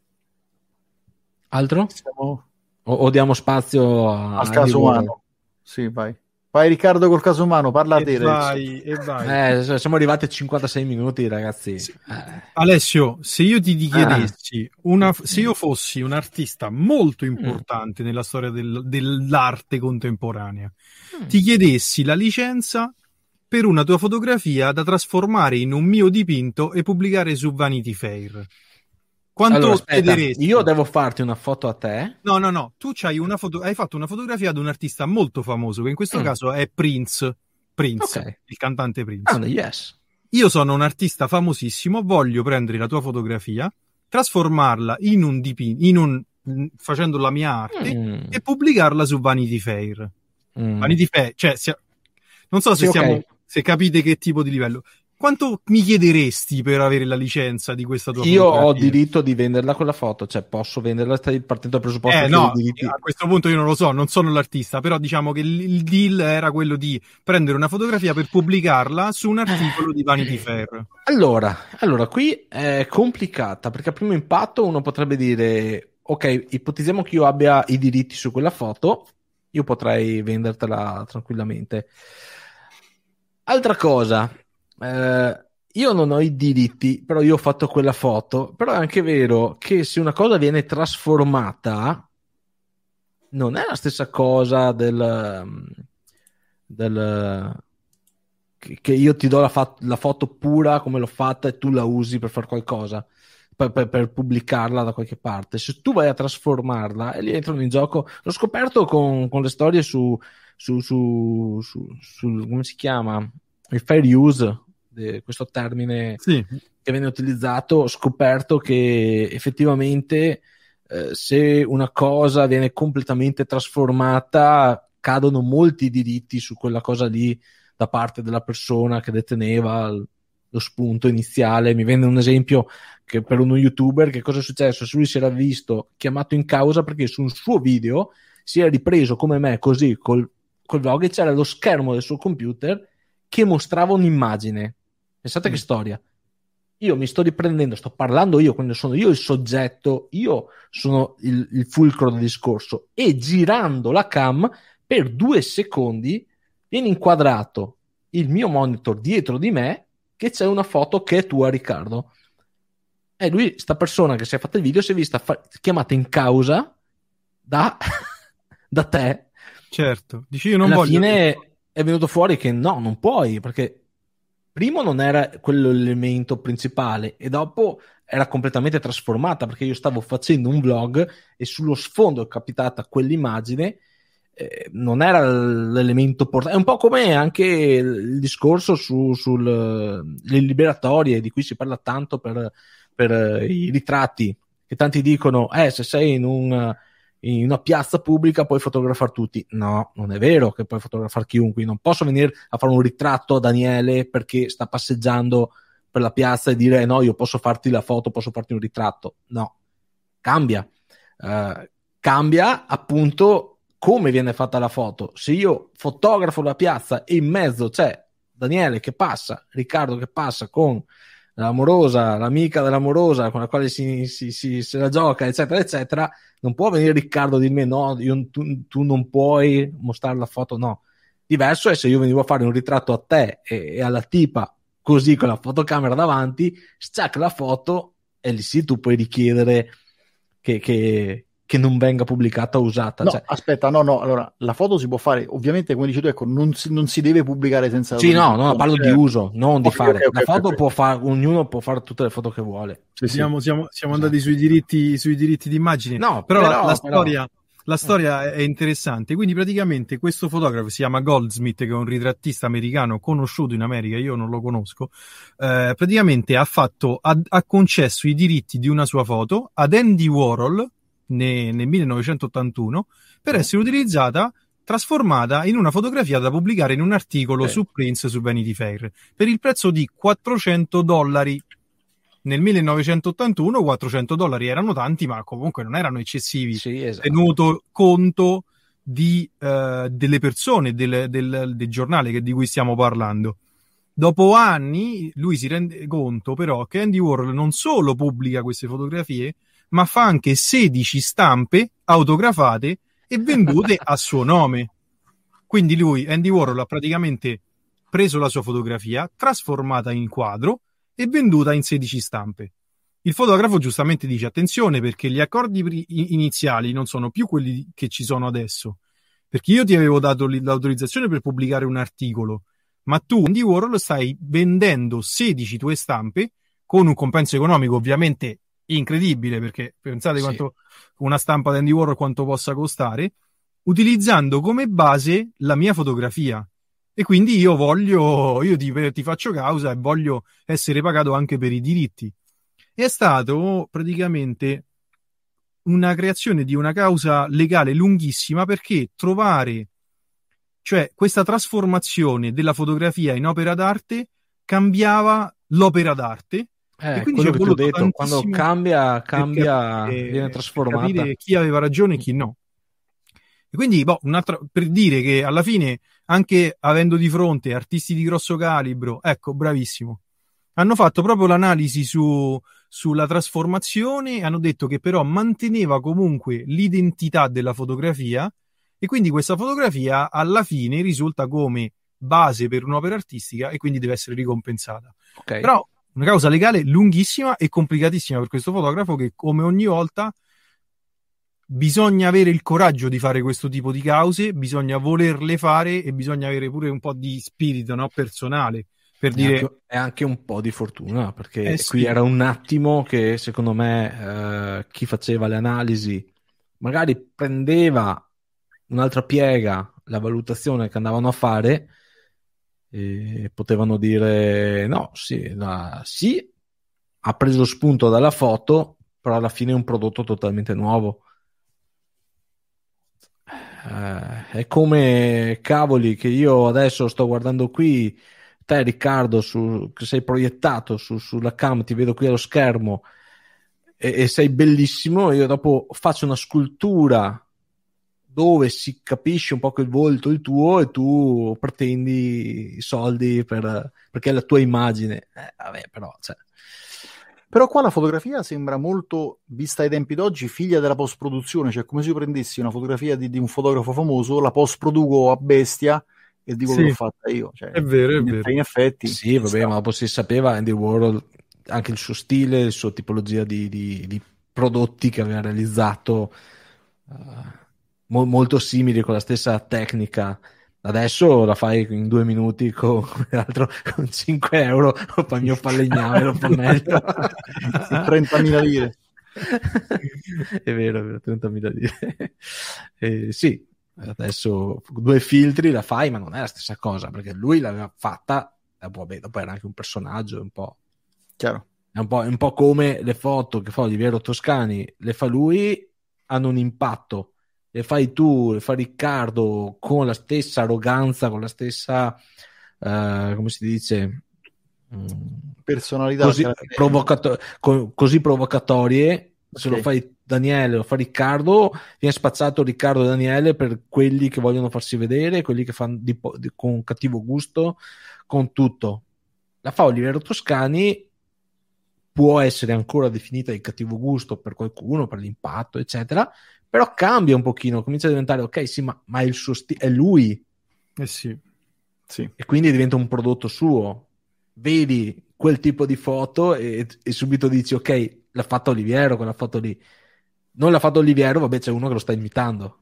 Altro? Siamo... O, o diamo spazio a, al caso umano? Sì, vai. Vai Riccardo col caso umano, parla a te. E vai, e vai. Eh, siamo arrivati a cinquantasei minuti, ragazzi. Sì. Eh. Alessio, se io ti chiedessi, ah. una, se io fossi un artista molto importante mm. nella storia del, dell'arte contemporanea, mm. ti chiedessi la licenza per una tua fotografia da trasformare in un mio dipinto e pubblicare su Vanity Fair, Quanto allora, aspetta, chiederesti? io devo farti una foto a te? No, no, no, tu c'hai una foto, hai fatto una fotografia ad un artista molto famoso, che in questo Mm. caso è Prince, Prince, Ok. il cantante Prince. Ah, yes. Io sono un artista famosissimo, voglio prendere la tua fotografia, trasformarla in un dipinto, in un, facendo la mia arte, Mm. e pubblicarla su Vanity Fair. Mm. Vanity Fair, cioè, sia- non so se Sì, stiamo, ok. se capite che tipo di livello. Quanto mi chiederesti per avere la licenza di questa tua Io ho fotografia? diritto di venderla quella foto, cioè posso venderla stai partendo dal presupposto Eh che no, i diritti... a questo punto io non lo so, non sono l'artista, però diciamo che il, il deal era quello di prendere una fotografia per pubblicarla su un articolo di Vanity Fair. Allora, allora, qui è complicata, perché a primo impatto uno potrebbe dire, ok, ipotizziamo che io abbia i diritti su quella foto, io potrei vendertela tranquillamente. Altra cosa, eh, io non ho i diritti, però io ho fatto quella foto, però è anche vero che se una cosa viene trasformata, non è la stessa cosa del... del che che io ti do la, fa- la foto pura come l'ho fatta e tu la usi per fare qualcosa, per, per- per pubblicarla da qualche parte. Se tu vai a trasformarla e lì entrano in gioco, l'ho scoperto con, con le storie su, su, su, su, su- come si chiama? Il fair use, de- questo termine Sì, che viene utilizzato. Ho scoperto che effettivamente eh, se una cosa viene completamente trasformata cadono molti diritti su quella cosa lì da parte della persona che deteneva l- lo spunto iniziale. Mi venne un esempio che per uno youtuber, che cosa è successo? Se lui si era visto chiamato in causa perché su un suo video si era ripreso come me così col, col vlog e c'era lo schermo del suo computer che mostrava un'immagine. Pensate Mm. che storia. Io mi sto riprendendo, sto parlando io, quindi sono io il soggetto, io sono il, il fulcro del discorso, e girando la cam per due secondi viene inquadrato il mio monitor dietro di me che c'è una foto che è tua, Riccardo. E lui, sta persona che si è fatta il video, si è vista fa- chiamata in causa da, da te. certo. Dici io non Alla voglio... fine è venuto fuori che no, non puoi, perché primo non era quello l'elemento principale e dopo era completamente trasformata, perché io stavo facendo un vlog e sullo sfondo è capitata quell'immagine. Eh, non era l'elemento portante. È un po' come anche il discorso su, sulle liberatorie di cui si parla tanto per, per i ritratti, che tanti dicono eh, se sei in, un, in una piazza pubblica puoi fotografare tutti. No, non è vero che puoi fotografare chiunque. Non posso venire a fare un ritratto a Daniele perché sta passeggiando per la piazza e dire no, io posso farti la foto, posso farti un ritratto. No, cambia. Uh, cambia appunto come viene fatta la foto. Se io fotografo la piazza e in mezzo c'è Daniele che passa, Riccardo che passa con l'amorosa, l'amica dell'amorosa con la quale si, si, si, se la gioca, eccetera, eccetera, non può venire Riccardo a dirmi no, io, tu, tu non puoi mostrare la foto, no. Diverso è se io venivo a fare un ritratto a te e, e alla tipa così con la fotocamera davanti, stacca la foto e lì sì tu puoi richiedere che... che che non venga pubblicata o usata. No, cioè... aspetta, no, no, allora, la foto si può fare, ovviamente, come dici tu, ecco, non si, non si deve pubblicare senza... Sì, no, no, parlo di uso, non di okay, fare. okay, okay, la foto okay. può fare, ognuno può fare tutte le foto che vuole. Sì, siamo, siamo, siamo Esatto. andati sui diritti, sui diritti d'immagine. No, però, però, la, la però... storia... La storia è interessante, quindi praticamente questo fotografo si chiama Goldsmith, che è un ritrattista americano conosciuto in America, io non lo conosco, eh, praticamente ha fatto, ha, ha concesso i diritti di una sua foto ad Andy Warhol ne, nel millenovecentottantuno per eh. essere utilizzata, trasformata in una fotografia da pubblicare in un articolo eh. su Prince su Vanity Fair per il prezzo di quattrocento dollari. Nel millenovecentottantuno quattrocento dollari erano tanti, ma comunque non erano eccessivi, sì, esatto. tenuto conto di, uh, delle persone, del, del, del giornale che, di cui stiamo parlando. Dopo anni lui si rende conto però che Andy Warhol non solo pubblica queste fotografie, ma fa anche sedici stampe autografate e vendute a suo nome. Quindi lui, Andy Warhol, ha praticamente preso la sua fotografia, trasformata in quadro e venduta in sedici stampe. Il fotografo giustamente dice attenzione perché gli accordi pri- iniziali non sono più quelli che ci sono adesso, perché io ti avevo dato l'autorizzazione per pubblicare un articolo, ma tu, Andy Warhol, stai vendendo sedici tue stampe con un compenso economico ovviamente incredibile, perché pensate Sì. quanto una stampa di Andy Warhol quanto possa costare, utilizzando come base la mia fotografia. E quindi io voglio, io ti, ti faccio causa e voglio essere pagato anche per i diritti. E è stato praticamente una creazione di una causa legale lunghissima, perché trovare, cioè questa trasformazione della fotografia in opera d'arte cambiava l'opera d'arte. Eh, E quindi quello ci è che ti ho voluto detto, quando tantissimo cambia, per cambia, capire- viene per trasformata. capire chi aveva ragione e chi no. E quindi, boh, un'altra, per dire che alla fine, anche avendo di fronte artisti di grosso calibro, ecco, bravissimo, hanno fatto proprio l'analisi su, sulla trasformazione e hanno detto che però manteneva comunque l'identità della fotografia, e quindi questa fotografia alla fine risulta come base per un'opera artistica e quindi deve essere ricompensata. Ok. Però una causa legale lunghissima e complicatissima per questo fotografo, che come ogni volta bisogna avere il coraggio di fare questo tipo di cause, bisogna volerle fare e bisogna avere pure un po' di spirito, no, personale, per E dire anche, e anche un po' di fortuna, perché Eh qui sì. era un attimo che secondo me eh, chi faceva le analisi magari prendeva un'altra piega la valutazione che andavano a fare e potevano dire no, sì, la, sì, ha preso spunto dalla foto, però alla fine è un prodotto totalmente nuovo. Eh, è come cavoli che io adesso sto guardando qui te Riccardo su, che sei proiettato su, sulla cam, ti vedo qui allo schermo e, e sei bellissimo, io dopo faccio una scultura dove si capisce un po' il volto il tuo e tu pretendi i soldi per, perché è la tua immagine. Eh, vabbè, però cioè. Però qua la fotografia sembra molto, vista ai tempi d'oggi, figlia della post-produzione, cioè come se io prendessi una fotografia di, di un fotografo famoso, la post-produco a bestia e dico Sì. che l'ho fatta io. Cioè, È vero, è in, vero. in effetti. Sì, vabbè, ma dopo si sapeva Andy Warhol, anche il suo stile, la sua tipologia di, di, di prodotti che aveva realizzato, uh, mo- molto simili con la stessa tecnica. Adesso la fai in due minuti con, l'altro, con cinque euro, lo fa il mio falegname, lo fa meglio. trentamila lire. È vero, è vero, trentamila lire. Eh, sì, adesso due filtri la fai, ma non è la stessa cosa, perché lui l'aveva fatta, eh, vabbè, dopo era anche un personaggio, un po'. Chiaro. È un po', è un po' come le foto che fa Oliviero Toscani, le fa lui, hanno un impatto. Le fai tu, le fa Riccardo con la stessa arroganza, con la stessa, uh, come si dice, personalità così, provocato- co- così provocatorie. Okay. Se lo fai Daniele, lo fa Riccardo, viene spazzato Riccardo e Daniele per quelli che vogliono farsi vedere, quelli che fanno di, di, con cattivo gusto, con tutto. La fa Oliviero Toscani, può essere ancora definita di cattivo gusto per qualcuno, per l'impatto, eccetera, però cambia un pochino, comincia a diventare ok, sì, ma, ma è il suo stile, è lui. Eh sì. Sì. E quindi diventa un prodotto suo. Vedi quel tipo di foto e, e subito dici ok, l'ha fatto Oliviero, quella foto lì. Non l'ha fatto Oliviero, vabbè, c'è uno che lo sta imitando.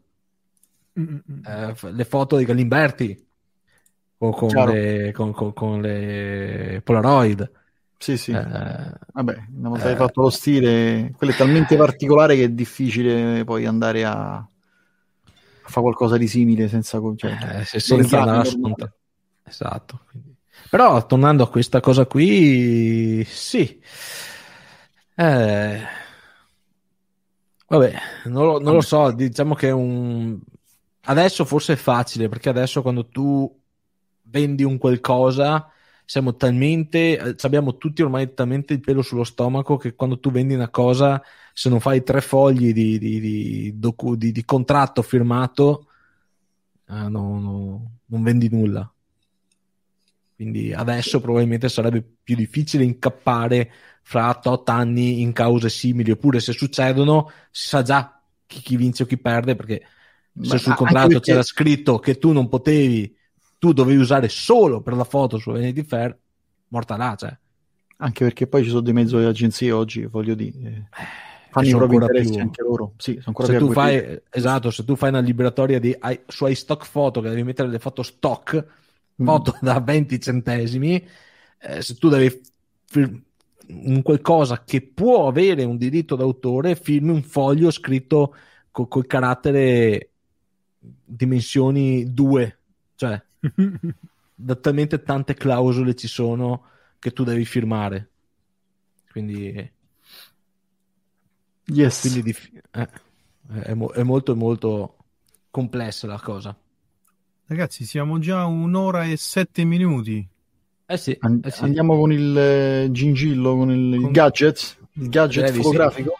Eh, le foto di Galimberti con, con, le, con, con, con le Polaroid. Sì, sì. Eh, Vabbè, una volta che hai fatto lo stile, quello è talmente particolare che è difficile poi andare a, a fare qualcosa di simile senza, cioè, eh, se senza andare a scontare. Esatto. Quindi. Però tornando a questa cosa qui, sì. Eh, vabbè, non lo, non lo so, diciamo che è un... adesso forse è facile, perché adesso quando tu vendi un qualcosa siamo talmente, abbiamo tutti ormai talmente il pelo sullo stomaco che quando tu vendi una cosa, se non fai tre fogli di, di, di, docu, di, di contratto firmato, eh, no, no, non vendi nulla. Quindi adesso probabilmente sarebbe più difficile incappare fra tot anni in cause simili, oppure se succedono si sa già chi, chi vince o chi perde, perché se Ma sul contratto perché... c'era scritto che tu non potevi, tu dovevi usare solo per la foto su Vanity Fair, morta là, cioè. Anche perché poi ci sono dei mezzo di agenzie oggi, voglio dire, eh, fanno i propri interessi più... anche loro. Sì, sono ancora se più tu fai, esatto, se tu fai una liberatoria di, hai, su hai stock foto, che devi mettere le foto stock, foto mm. da venti centesimi, eh, se tu devi fir- un qualcosa che può avere un diritto d'autore, firmi un foglio scritto co- col carattere dimensioni due, cioè da talmente tante clausole ci sono che tu devi firmare, quindi yes, quindi dif- eh, è, mo- è molto molto complessa la cosa. Ragazzi, siamo già un'ora e sette minuti. Eh sì, And- eh sì. andiamo con il eh, gingillo, con il, il Con- gadget, il gadget Direi di fotografico.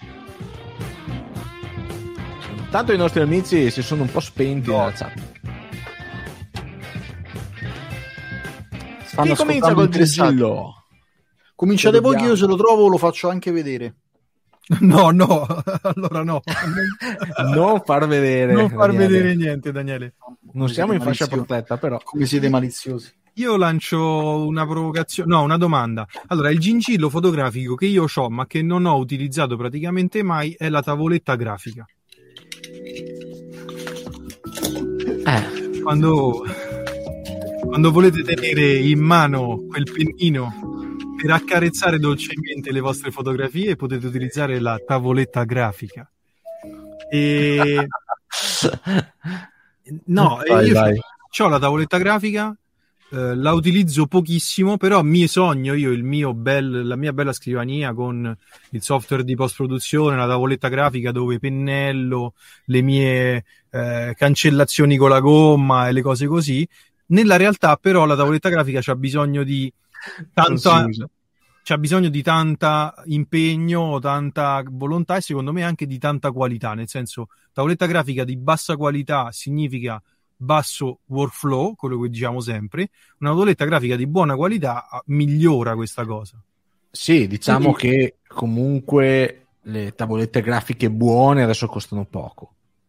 Tanto i nostri amici si sono un po' spenti No. nella chat. Stanno Chi comincia ascoltando col interessati. gingillo? Cominciate Lo voi che io dobbiamo. se lo trovo lo faccio anche vedere. No, no, allora no. Non far vedere, Non far Daniele. vedere niente, Daniele. Non siamo in fascia Maliziosi. protetta, però. Come siete maliziosi. Io lancio una provocazione, no, una domanda. Allora, il gingillo fotografico che io ho, ma che non ho utilizzato praticamente mai, è la tavoletta grafica. Eh. Quando, quando volete tenere in mano quel pennino per accarezzare dolcemente le vostre fotografie, potete utilizzare la tavoletta grafica. E no, e Vai, io vai. ho la tavoletta grafica, eh, la utilizzo pochissimo, però mi sogno io il mio bel, la mia bella scrivania con il software di post produzione, la tavoletta grafica dove pennello, le mie eh, cancellazioni con la gomma e le cose così. Nella realtà però la tavoletta grafica c'ha bisogno di tanta Non si usa. c'ha bisogno di tanta impegno, tanta volontà e secondo me anche di tanta qualità, nel senso tavoletta grafica di bassa qualità significa basso workflow, quello che diciamo sempre. Una tavoletta grafica di buona qualità migliora questa cosa. Sì, diciamo Quindi- che comunque le tavolette grafiche buone adesso costano poco.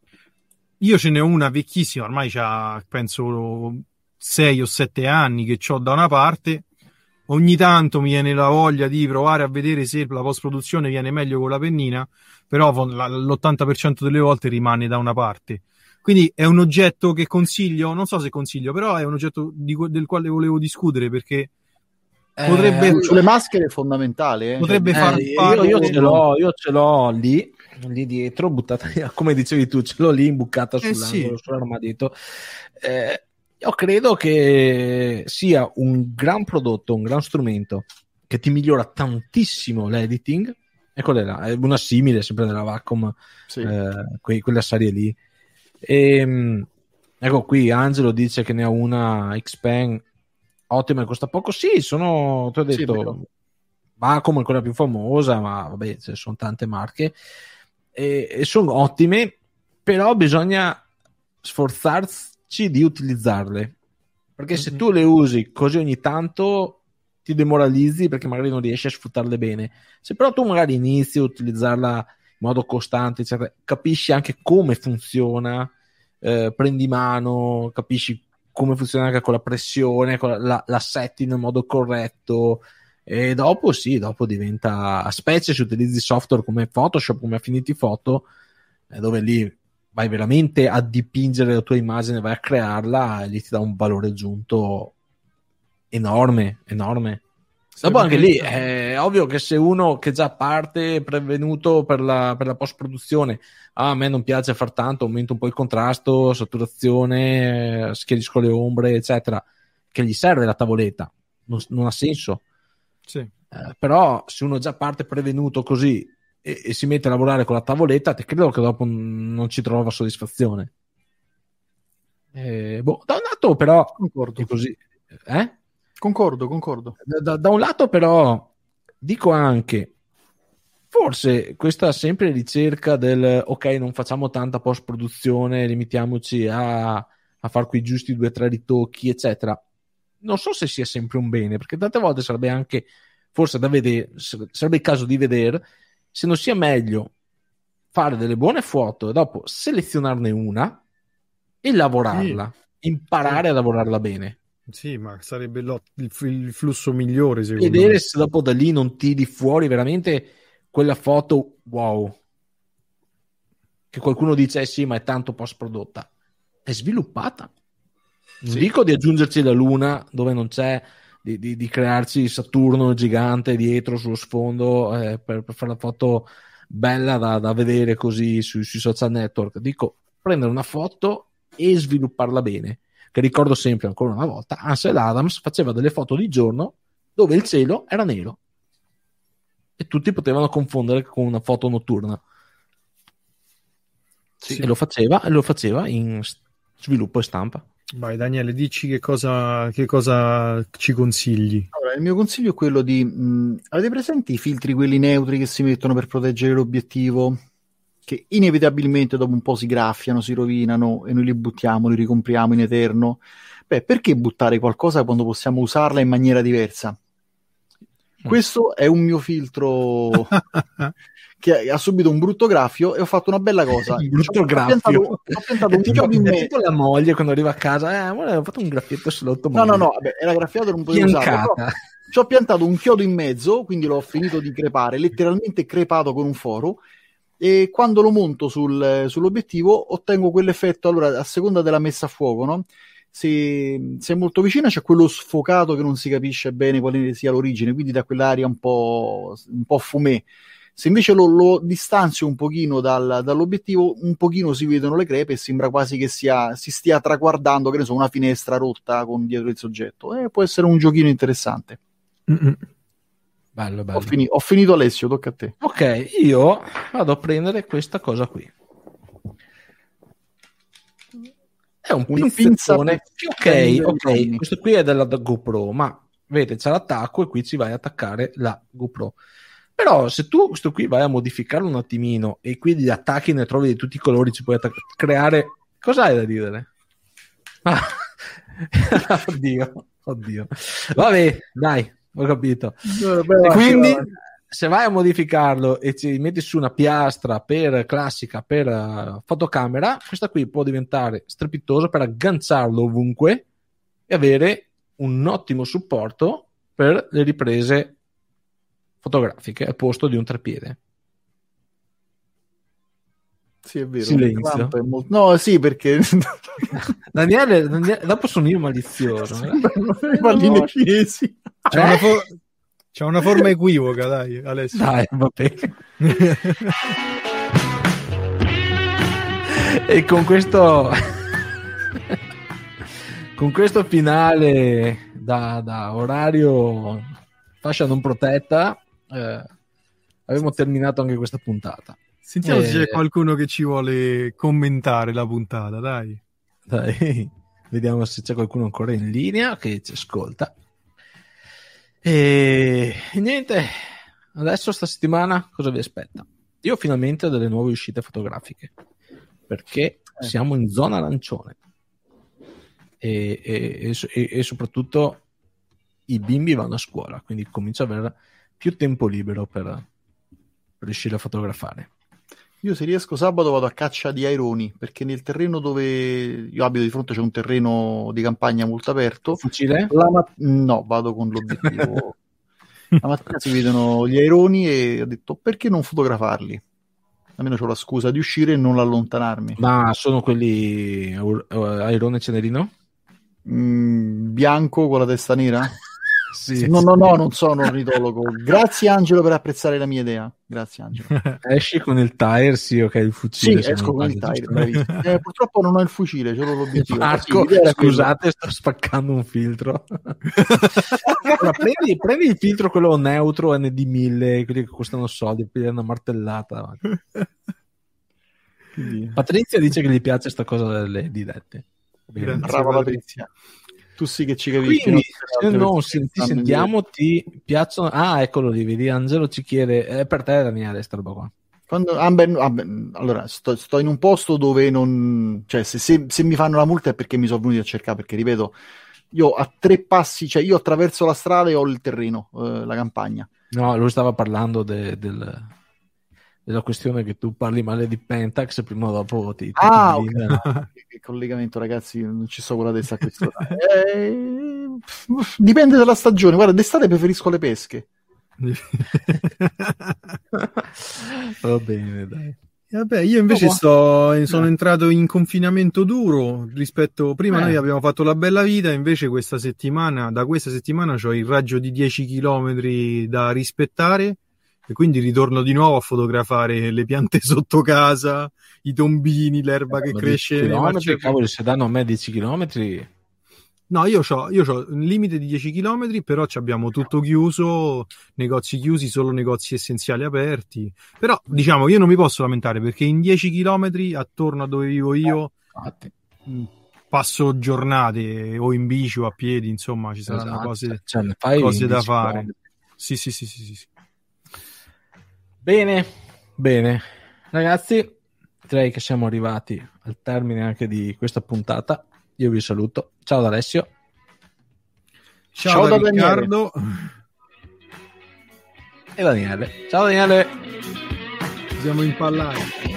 Io ce n'è una vecchissima, ormai c'ha penso sei o sette anni che c'ho da una parte. Ogni tanto mi viene la voglia di provare a vedere se la post produzione viene meglio con la pennina, però la- l'ottanta per cento delle volte rimane da una parte. Quindi è un oggetto che consiglio, non so se consiglio, però è un oggetto di que- del quale volevo discutere perché potrebbe, Eh, Sulle maschere è fondamentale. Eh? potrebbe Eh, far io, parte- io ce l'ho, io ce l'ho lì, lì dietro, buttata via, come dicevi tu, ce l'ho lì imbucata Eh, sull'angolo, sì. sull'armadito. Eh, io credo che sia un gran prodotto, un gran strumento che ti migliora tantissimo l'editing. E quella è, la- è una simile, sempre della Wacom, Sì. eh, quei- quella serie lì. E, mh, ecco qui, Angelo dice che ne ha una X-Pen ottima e costa poco. Sì, sono, ti ho Sì, detto, vero. Wacom è quella più famosa, ma vabbè, ce ne sono tante marche e, e sono ottime, però bisogna sforzarci di utilizzarle, perché se tu le usi così ogni tanto ti demoralizzi perché magari non riesci a sfruttarle bene. Se però tu magari inizi a utilizzarla in modo costante, eccetera, capisci anche come funziona, eh, prendi mano, capisci come funziona anche con la pressione, con la, la, la setti nel modo corretto, e dopo sì, dopo diventa, specie se utilizzi software come Photoshop, come Affinity Photo, eh, dove lì vai veramente a dipingere la tua immagine, vai a crearla e lì ti dà un valore aggiunto enorme, enorme. Dopo anche lì è ovvio che se uno che già parte prevenuto per la, per la post-produzione, ah, a me non piace far tanto, aumento un po' il contrasto, saturazione, schiarisco le ombre, eccetera, che gli serve la tavoletta, non, non ha senso. Sì. Eh, però se uno già parte prevenuto così e, e si mette a lavorare con la tavoletta, te credo che dopo non ci trova soddisfazione. Eh, boh, da un lato però Concordo. è così, eh? Concordo, concordo. Da, da- da un lato però dico anche, forse questa sempre ricerca del ok, non facciamo tanta post produzione, limitiamoci a, a far quei giusti due o tre ritocchi, eccetera, non so se sia sempre un bene, perché tante volte sarebbe anche forse da vedere, sarebbe il caso di vedere se non sia meglio fare delle buone foto e dopo selezionarne una e lavorarla, imparare Sì. a lavorarla bene. Sì, ma sarebbe lo- il, il flusso migliore secondo Vedere me. se dopo da lì non tiri fuori veramente quella foto wow, che qualcuno dice eh sì, ma è tanto post prodotta, è sviluppata. Non Sì. dico di aggiungerci la luna dove non c'è, di, di, di crearci Saturno gigante dietro sullo sfondo eh, per, per fare la foto bella da, da vedere così sui, sui social network. Dico, prendere una foto e svilupparla bene, che ricordo sempre ancora una volta Ansel Adams faceva delle foto di giorno dove il cielo era nero e tutti potevano confondere con una foto notturna. Sì. E lo faceva e lo faceva in sviluppo e stampa. Vai Daniele, dici che cosa, che cosa ci consigli. Allora, il mio consiglio è quello di mh, avete presenti i filtri quelli neutri che si mettono per proteggere l'obiettivo, che inevitabilmente dopo un po' si graffiano, si rovinano e noi li buttiamo, li ricompriamo in eterno? Beh, perché buttare qualcosa quando possiamo usarla in maniera diversa? Questo è un mio filtro che ha subito un brutto graffio e ho fatto una bella cosa. Un brutto ho graffio. Piantato, ho piantato un chiodo in mezzo. La moglie quando arriva a casa, eh, ho fatto un graffietto sull'automobile. No, no, no, vabbè, era graffiato, non potevo usarlo. Però ci ho piantato un chiodo in mezzo, quindi l'ho finito di crepare, letteralmente crepato con un foro. E quando lo monto sul, sull'obiettivo ottengo quell'effetto. Allora, a seconda della messa a fuoco, no? Se, se è molto vicina c'è quello sfocato che non si capisce bene quale sia l'origine, quindi da quell'aria un po', un po' fumé. Se invece lo, lo distanzio un pochino dal, dall'obiettivo, un pochino si vedono le crepe e sembra quasi che sia, si stia traguardando, che ne so, una finestra rotta con dietro il soggetto. Eh, può essere un giochino interessante. Mm-mm. Bello, bello. Ho, fini- ho finito, Alessio, tocca a te. Ok, io vado a prendere questa cosa qui. È un pinzettone. Ok, ok, questo qui è della GoPro, ma vedete c'è l'attacco e qui ci vai a attaccare la GoPro. Però se tu questo qui vai a modificarlo un attimino e quindi gli attacchi ne trovi di tutti i colori, ci puoi attac- creare... Cosa hai da ridere? Ah. oddio, oddio. Vabbè, dai, ho capito. Beh, quindi se vai a modificarlo e ci metti su una piastra per classica per uh, fotocamera, questa qui può diventare strepitosa per agganciarlo ovunque e avere un ottimo supporto per le riprese fotografiche al posto di un treppiede. Sì, è vero. Silenzio. È molto... No, sì, perché Daniele, Daniele, dopo sono io malizioso. I pallini cinesi. C'è, eh? una for- c'è una forma equivoca, dai, Alessio. Dai, vabbè. E con questo con questo finale da, da orario fascia non protetta eh, abbiamo terminato anche questa puntata. Sentiamo eh, se c'è qualcuno che ci vuole commentare la puntata, dai. Dai, vediamo se c'è qualcuno ancora in linea che ci ascolta. E niente, adesso sta settimana cosa vi aspetta? Io finalmente ho delle nuove uscite fotografiche perché eh. siamo in zona arancione e, e, e, e soprattutto i bimbi vanno a scuola, quindi comincio ad avere più tempo libero per, per riuscire a fotografare. Io se riesco sabato vado a caccia di aironi, perché nel terreno dove io abito di fronte c'è un terreno di campagna molto aperto. Fucile? La mat- no, vado con l'obiettivo. La mattina si vedono gli aironi e ho detto perché non fotografarli? Almeno c'ho la scusa di uscire e non allontanarmi. Ma sono quelli uh, airone cenerino? Mm, bianco con la testa nera? Sì, no, sì. no, no, non sono un ornitologo. Grazie Angelo per apprezzare la mia idea. Grazie Angelo. Esci con il tire, sì, ok, il fucile. Sì, esco con il tire. Eh, purtroppo non ho il fucile, c'ho l'obiettivo. Marco, sì, scusate, sto spaccando un filtro. Allora, prendi, prendi il filtro, quello neutro N D mille, quelli che costano soldi, piglia una martellata. Patrizia dice che gli piace sta cosa delle dirette. Bene, brava Patrizia. Tu sì che ci capisci. Quindi, se non ti sentiamo, ti piacciono. Ah, eccolo lì, vedi, Angelo ci chiede. È per te, Daniele, sta roba qua. Quando, ah, beh, ah, beh, allora, sto, sto in un posto dove non. Cioè, se, se, se mi fanno la multa è perché mi sono venuti a cercare. Perché, ripeto, io a tre passi, cioè, io attraverso la strada e ho il terreno, eh, la campagna. No, lui stava parlando de, del. della questione che tu parli male di Pentax prima o dopo ti, ti ah okay. Che collegamento, ragazzi, non ci so con la testa a questo eh, dipende dalla stagione. Guarda, d'estate preferisco le pesche. Va bene, dai. Vabbè, io invece Oh, sto, sono entrato in confinamento duro rispetto prima. Eh. Noi abbiamo fatto la bella vita, invece questa settimana, da questa settimana c'ho il raggio di dieci chilometri da rispettare e quindi ritorno di nuovo a fotografare le piante sotto casa, i tombini, l'erba che Ma cresce dieci nei chilometri, marciapiedi. cavolo, se danno a me dieci chilometri. No, io c'ho, io c'ho un limite di dieci chilometri, però ci abbiamo tutto chiuso, negozi chiusi, solo negozi essenziali aperti. Però, diciamo, io non mi posso lamentare perché in dieci chilometri attorno a dove vivo io Infatti. mh, passo giornate o in bici o a piedi, insomma, ci saranno Esatto. cose, Cioè, ne fai cose da dieci fare. chilometri. Sì, sì, sì, sì, sì, sì. Bene, bene. Ragazzi, direi che siamo arrivati al termine anche di questa puntata. Io vi saluto. Ciao da Alessio. Ciao, Ciao da da Riccardo. E Daniele. Ciao Daniele. Ci siamo impallati.